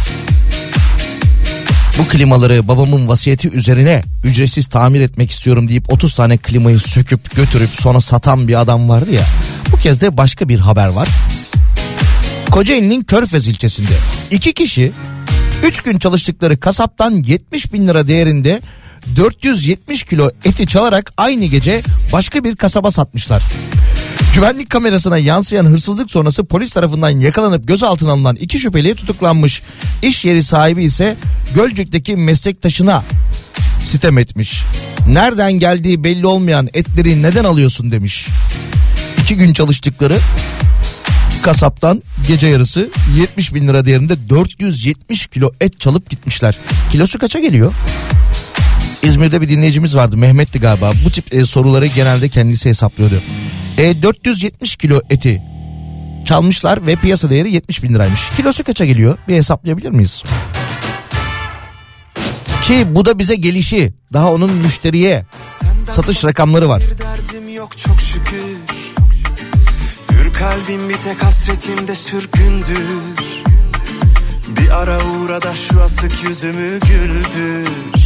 Bu klimaları babamın vasiyeti üzerine ücretsiz tamir etmek istiyorum deyip otuz tane klimayı söküp götürüp sonra satan bir adam vardı ya. Bu kez de başka bir haber var. Kocaeli'nin Körfez ilçesinde iki kişi üç gün çalıştıkları kasaptan yetmiş bin lira değerinde dört yüz yetmiş kilo eti çalarak aynı gece başka bir kasaba satmışlar. Güvenlik kamerasına yansıyan hırsızlık sonrası polis tarafından yakalanıp gözaltına alınan iki şüpheli tutuklanmış. İş yeri sahibi ise Gölcük'teki meslektaşına sitem etmiş. Nereden geldiği belli olmayan etleri neden alıyorsun demiş. İki gün çalıştıkları kasaptan gece yarısı yetmiş bin lira değerinde dört yüz yetmiş kilo et çalıp gitmişler. Kilosu kaça geliyor? İzmir'de bir dinleyicimiz vardı, Mehmet'ti galiba. Bu tip e, soruları genelde kendisi hesaplıyordu. E, dört yüz yetmiş kilo eti çalmışlar ve piyasa değeri yetmiş bin liraymış. Kilosu kaça geliyor? Bir hesaplayabilir miyiz? Ki bu da bize gelişi. Daha onun müşteriye satış rakamları var. Derdim yok çok şükür. Hür kalbim bir tek hasretinde sürgündür. Bir ara uğra da şu asık yüzümü güldür.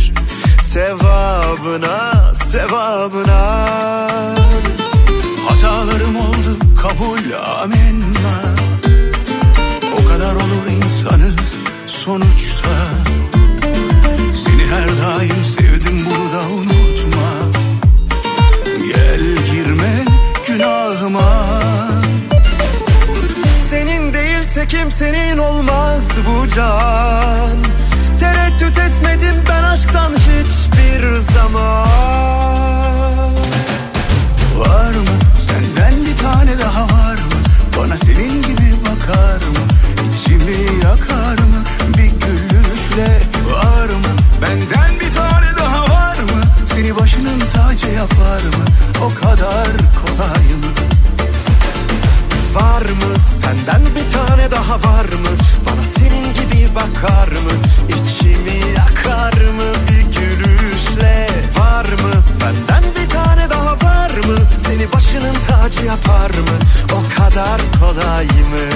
Sevabına, sevabına. Hatalarım oldu, kabul, amenna. O kadar olur insanız sonuçta. Seni her daim sevdim, bunu da unutma. Gel girme günahıma. Senin değilse kimsenin olmaz bu can. Tereddüt etmedim ben aşktan hiçbir zaman. Var mı senden bir tane daha, var mı? Bana senin gibi bakar mı? İçimi yakar mı? Bir gülüşle var mı? Benden bir tane daha var mı? Seni başının tacı yapar mı? O kadar kolay mı? Var mı senden bir tane daha, var mı? Bana senin gibi bakar mı? İçimi yakar mı bir gülüşle? Var mı benden bir tane daha, var mı? Seni başının tacı yapar mı? O kadar kolay mı?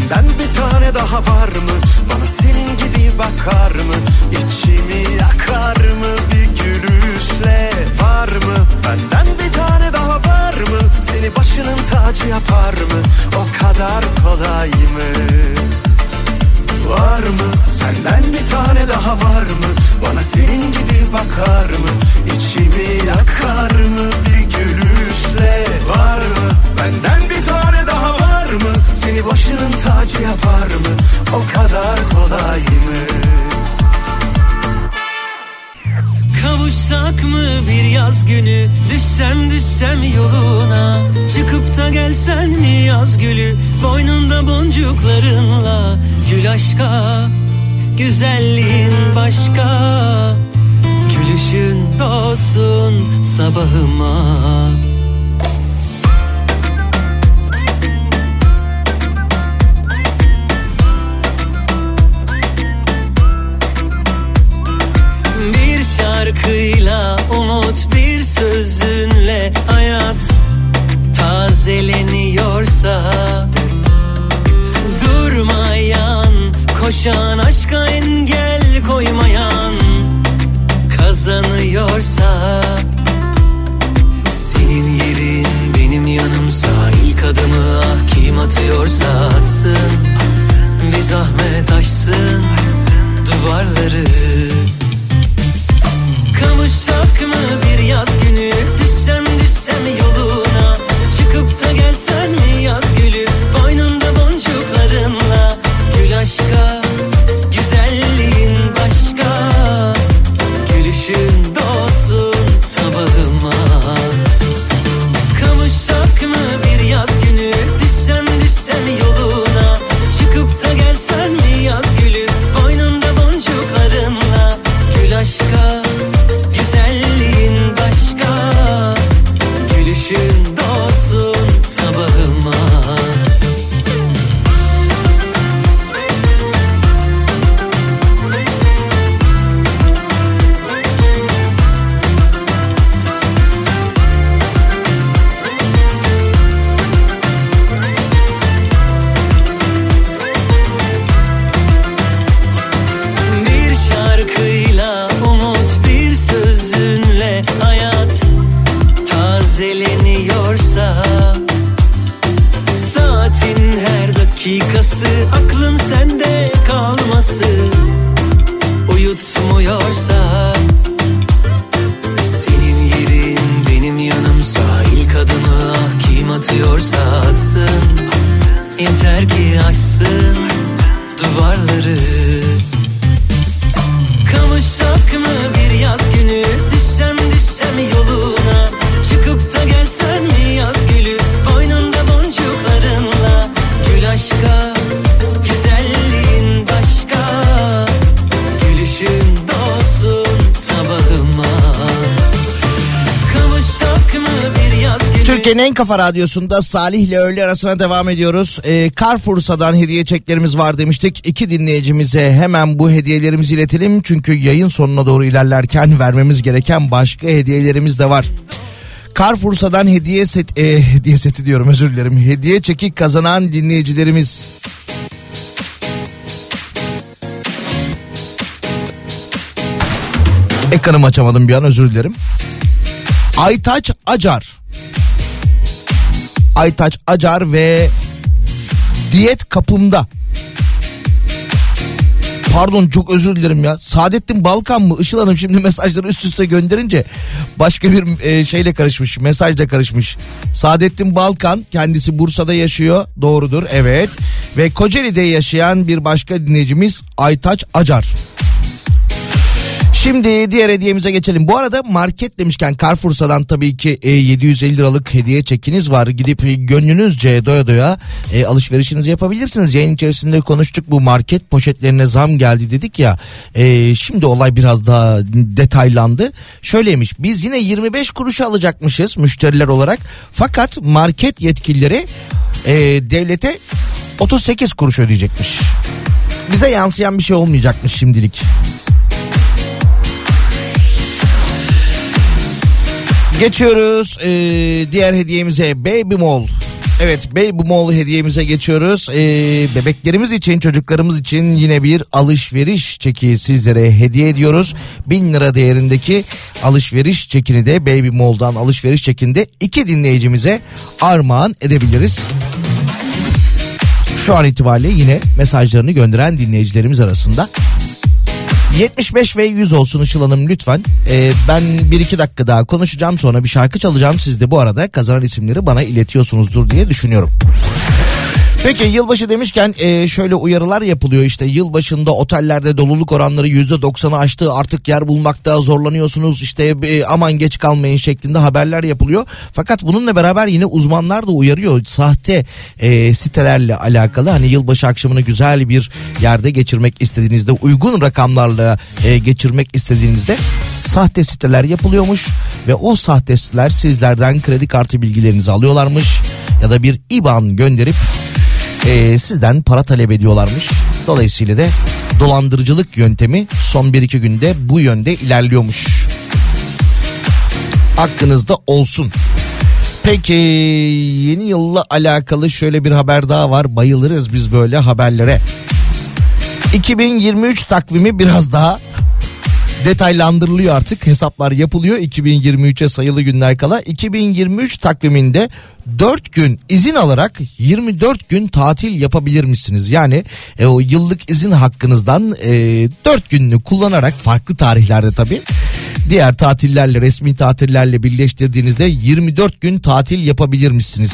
Benden bir tane daha var mı? Bana senin gibi bakar mı? İçimi yakar mı bir gülüşle? Var mı? Benden bir tane daha var mı? Seni başının tacı yapar mı? O kadar kolay mı? Var mı? Senden bir tane daha var mı? Bana senin gibi bakar mı? İçimi yakar mı bir gülüşle? Var mı? Benden bir tane daha var mı? Seni başının tacı yapar mı? O kadar kolay mı? Kavuşsak mı bir yaz günü? Düşsem düşsem yoluna. Çıkıp da gelsen mi yaz gülü? Boynunda boncuklarınla. Gül aşka, güzelliğin başka. Gülüşün doğsun sabahıma. Bir şarkıyla umut, bir sözünle hayat tazeleniyorsa, durmayan, koşan, aşka engel koymayan kazanıyorsa, senin yerin benim yanımsa, ilk adımı ah kim atıyorsa atsın, bir zahmet aşsın duvarları. Kavuşsak mı bir yaz günü? Düşsem düşsem yoluna. Çıkıp da gelsen mi yaz gülü? Boynunda boncuklarınla. Gül aşka, güzelliğin başka. Gülüşün doğsun sabahıma. Kavuşsak mı bir yaz günü? Düşsem düşsem yoluna. Çıkıp da gelsen mi yaz gülü? Boynunda boncuklarınla. Gül aşka, güzelliğin başka. Gülüşün doğsun sabahıma. Bir şarkıyla umut, bir sözünle hayat tazeleniyorsa, saatin her dakikası aklın sende kalması uyutmuyorsa, senin yerin benim yanımsa, ilk adımı ah kim atıyorsa atsın, yeter ki aşsın duvarları. Kavuşsak mı bir yaz günü? Düşsem düşsem yoluna. Çıkıp da gelsen mi yaz gülü? Boynunda boncuklarınla. Gül aşka, güzelliğin başka. Gülüşün doğsun sabahıma. Kavuşsak mı bir yaz günü? Türkiye'nin en kafa radyosunda Salih ile öğle arasına devam ediyoruz. Ee, Carrefour'dan hediye çeklerimiz var demiştik. İki dinleyicimize hemen bu hediyelerimizi iletelim. Çünkü yayın sonuna doğru ilerlerken vermemiz gereken başka hediyelerimiz de var. Carrefour'dan hediye set, e, hediye seti diyorum özür dilerim. Hediye çeki kazanan dinleyicilerimiz. Ekranımı açamadım bir an, özür dilerim. Aytaç Acar. Aytaç Acar ve Diyet Kapımda. Pardon, çok özür dilerim ya. Saadettin Balkan mı? Işıl Hanım şimdi mesajları üst üste gönderince başka bir e, şeyle karışmış. Mesajla karışmış. Saadettin Balkan, kendisi Bursa'da yaşıyor. Doğrudur, evet. Ve Kocaeli'de yaşayan bir başka dinleyicimiz Aytaç Acar. Şimdi diğer hediyemize geçelim. Bu arada market demişken Carrefour'dan tabii ki e, yedi yüz elli liralık hediye çekiniz var. Gidip e, gönlünüzce doya doya e, alışverişinizi yapabilirsiniz. Yayın içerisinde konuştuk, bu market poşetlerine zam geldi dedik ya. E, şimdi olay biraz daha detaylandı. Şöyleymiş, biz yine yirmi beş kuruşa alacakmışız müşteriler olarak. Fakat market yetkilileri e, devlete otuz sekiz kuruş ödeyecekmiş. Bize yansıyan bir şey olmayacakmış şimdilik. Geçiyoruz ee, diğer hediyemize. Baby Mall. Evet, Baby Mall hediyemize geçiyoruz. Ee, bebeklerimiz için, çocuklarımız için yine bir alışveriş çeki sizlere hediye ediyoruz. Bin lira değerindeki alışveriş çekini de Baby Mall'dan alışveriş çekinde iki dinleyicimize armağan edebiliriz. Şu an itibariyle yine mesajlarını gönderen dinleyicilerimiz arasında. yetmiş beş ve yüz olsun Işıl Hanım lütfen. Ee, ben bir iki dakika daha konuşacağım, sonra bir şarkı çalacağım. Siz de bu arada kazanan isimleri bana iletiyorsunuzdur diye düşünüyorum. Peki yılbaşı demişken e, şöyle uyarılar yapılıyor, işte yılbaşında otellerde doluluk oranları yüzde doksanı aştı, artık yer bulmakta zorlanıyorsunuz, işte e, aman geç kalmayın şeklinde haberler yapılıyor. Fakat bununla beraber yine uzmanlar da uyarıyor, sahte e, sitelerle alakalı. Hani yılbaşı akşamını güzel bir yerde geçirmek istediğinizde, uygun rakamlarla e, geçirmek istediğinizde sahte siteler yapılıyormuş ve o sahte siteler sizlerden kredi kartı bilgilerinizi alıyorlarmış ya da bir İ B A N gönderip Ee, sizden para talep ediyorlarmış. Dolayısıyla da dolandırıcılık yöntemi son bir iki günde bu yönde ilerliyormuş. Aklınızda olsun. Peki yeni yılla alakalı şöyle bir haber daha var. Bayılırız biz böyle haberlere. iki bin yirmi üç takvimi biraz daha detaylandırılıyor artık. Hesaplar yapılıyor. iki bin yirmi üçe sayılı günler kala. iki bin yirmi üç takviminde dört gün izin alarak yirmi dört gün tatil yapabilir misiniz? Yani e, o yıllık izin hakkınızdan e, dört gününü kullanarak, farklı tarihlerde tabii, diğer tatillerle, resmi tatillerle birleştirdiğinizde yirmi dört gün tatil yapabilir misiniz?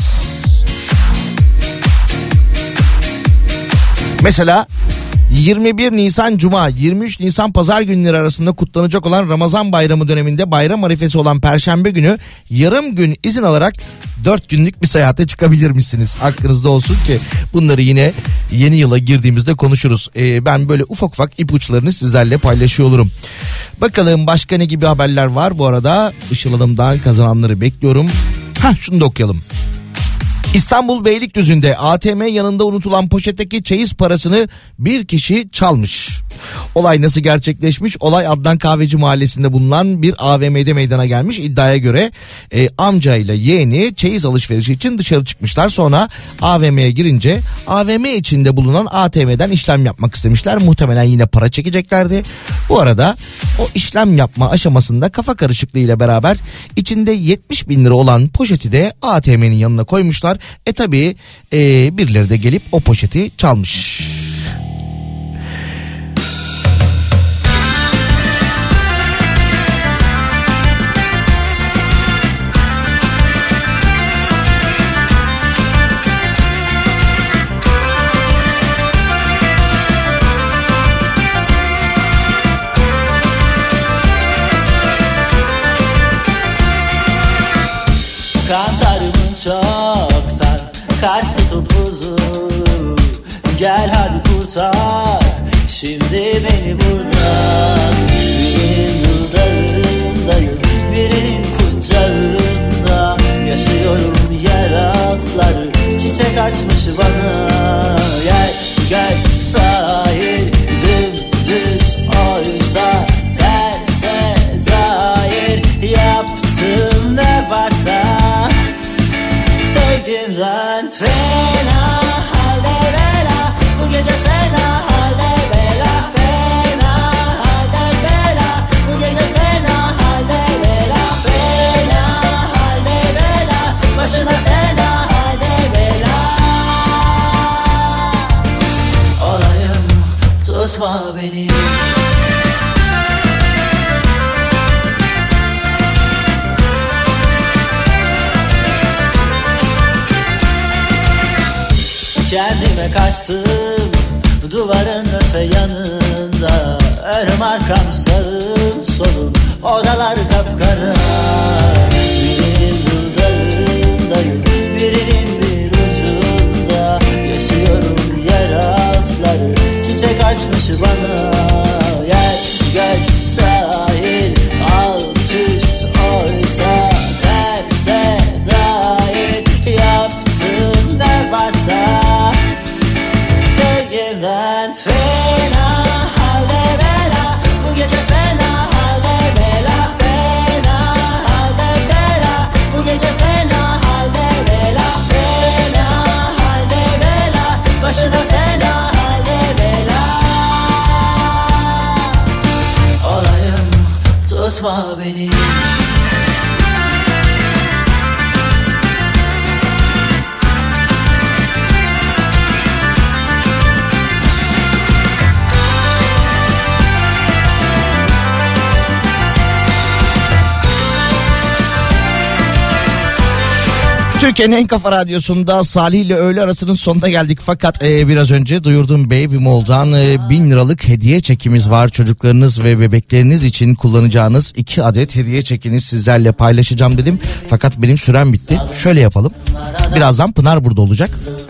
Mesela yirmi bir Nisan Cuma, yirmi üç Nisan Pazar günleri arasında kutlanacak olan Ramazan bayramı döneminde bayram arifesi olan Perşembe günü yarım gün izin alarak dört günlük bir seyahate çıkabilir misiniz? Aklınızda olsun ki bunları yine yeni yıla girdiğimizde konuşuruz. Ee, ben böyle ufak ufak ipuçlarını sizlerle paylaşıyor olurum. Bakalım başka ne gibi haberler var bu arada? Işıl Hanım'dan kazananları bekliyorum. Hah, şunu da okuyalım. İstanbul Beylikdüzü'nde A T M yanında unutulan poşetteki çeyiz parasını bir kişi çalmış. Olay nasıl gerçekleşmiş? Olay Adnan Kahveci Mahallesi'nde bulunan bir A V M'de meydana gelmiş. İddiaya göre e, amcayla yeğeni çeyiz alışverişi için dışarı çıkmışlar. Sonra A V M'ye girince A V M içinde bulunan A T M'den işlem yapmak istemişler. Muhtemelen yine para çekeceklerdi. Bu arada o işlem yapma aşamasında kafa karışıklığıyla beraber içinde yetmiş bin lira olan poşeti de A T M'nin yanına koymuşlar. E tabi e, birileri de gelip o poşeti çalmış. Kantarımın çoktan kaçtı topuzu. Gel hadi kurtar şimdi beni buradan. Birinin dudağındayım, birinin kucağında. Yaşıyorum yer altları, çiçek açmış bana. Gel gel sahil dümdüz oysa terse dair. Yaptığım ne varsa sevgimden fena halde bela. Bu gece fena halde bela. Fena halde bela. Bu gece fena halde bela. Fena halde bela. Başına fena halde bela. Olayım tutma beni. Kendime kaçtım duvarın öte yanında. Önüm arkam sağım solum odalar kapkara. Birinin dudağındayım, birinin bir ucunda. Yaşıyorum yer altları, çiçek açmış bana. Gel gel sahil alt üst oysa terse dair. Yaptığım ne varsa sevgimden fena halde bela. Bu gece fena halde bela. Fena halde bela. Bu gece fena halde bela. Fena tutma beni. Türkiye'nin en kafa radyosunda Salih ile öğle arasının sonuna geldik. Fakat e, biraz önce duyurduğum Baby Mall'dan e, bin liralık hediye çekimiz var. Çocuklarınız ve bebekleriniz için kullanacağınız iki adet hediye çekini sizlerle paylaşacağım dedim. Fakat benim sürem bitti. Şöyle yapalım. Birazdan Pınar burada olacak.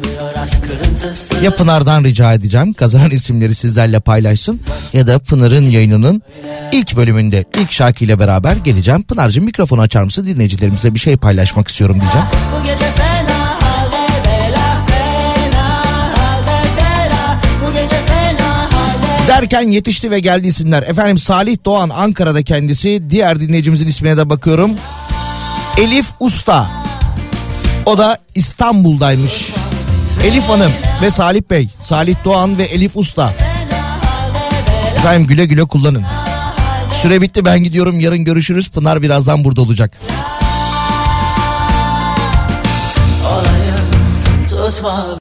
Ya Pınar'dan rica edeceğim kazanan isimleri sizlerle paylaşsın, ya da Pınar'ın yayınının ilk bölümünde ilk şarkıyla beraber geleceğim. Pınar'cığım mikrofonu açar mısın, dinleyicilerimizle bir şey paylaşmak istiyorum diyeceğim. Bu gece fena halde bela, fena halde bela. Bu gece fena halde. Derken yetişti ve geldi isimler. Efendim Salih Doğan Ankara'da kendisi. Diğer dinleyicimizin ismine de bakıyorum. Elif Usta. O da İstanbul'daymış. Elif Hanım ve Salih Bey, Salih Doğan ve Elif Usta. Efendim güle güle kullanın. Süre bitti, ben gidiyorum, yarın görüşürüz. Pınar birazdan burada olacak. Olayım tutma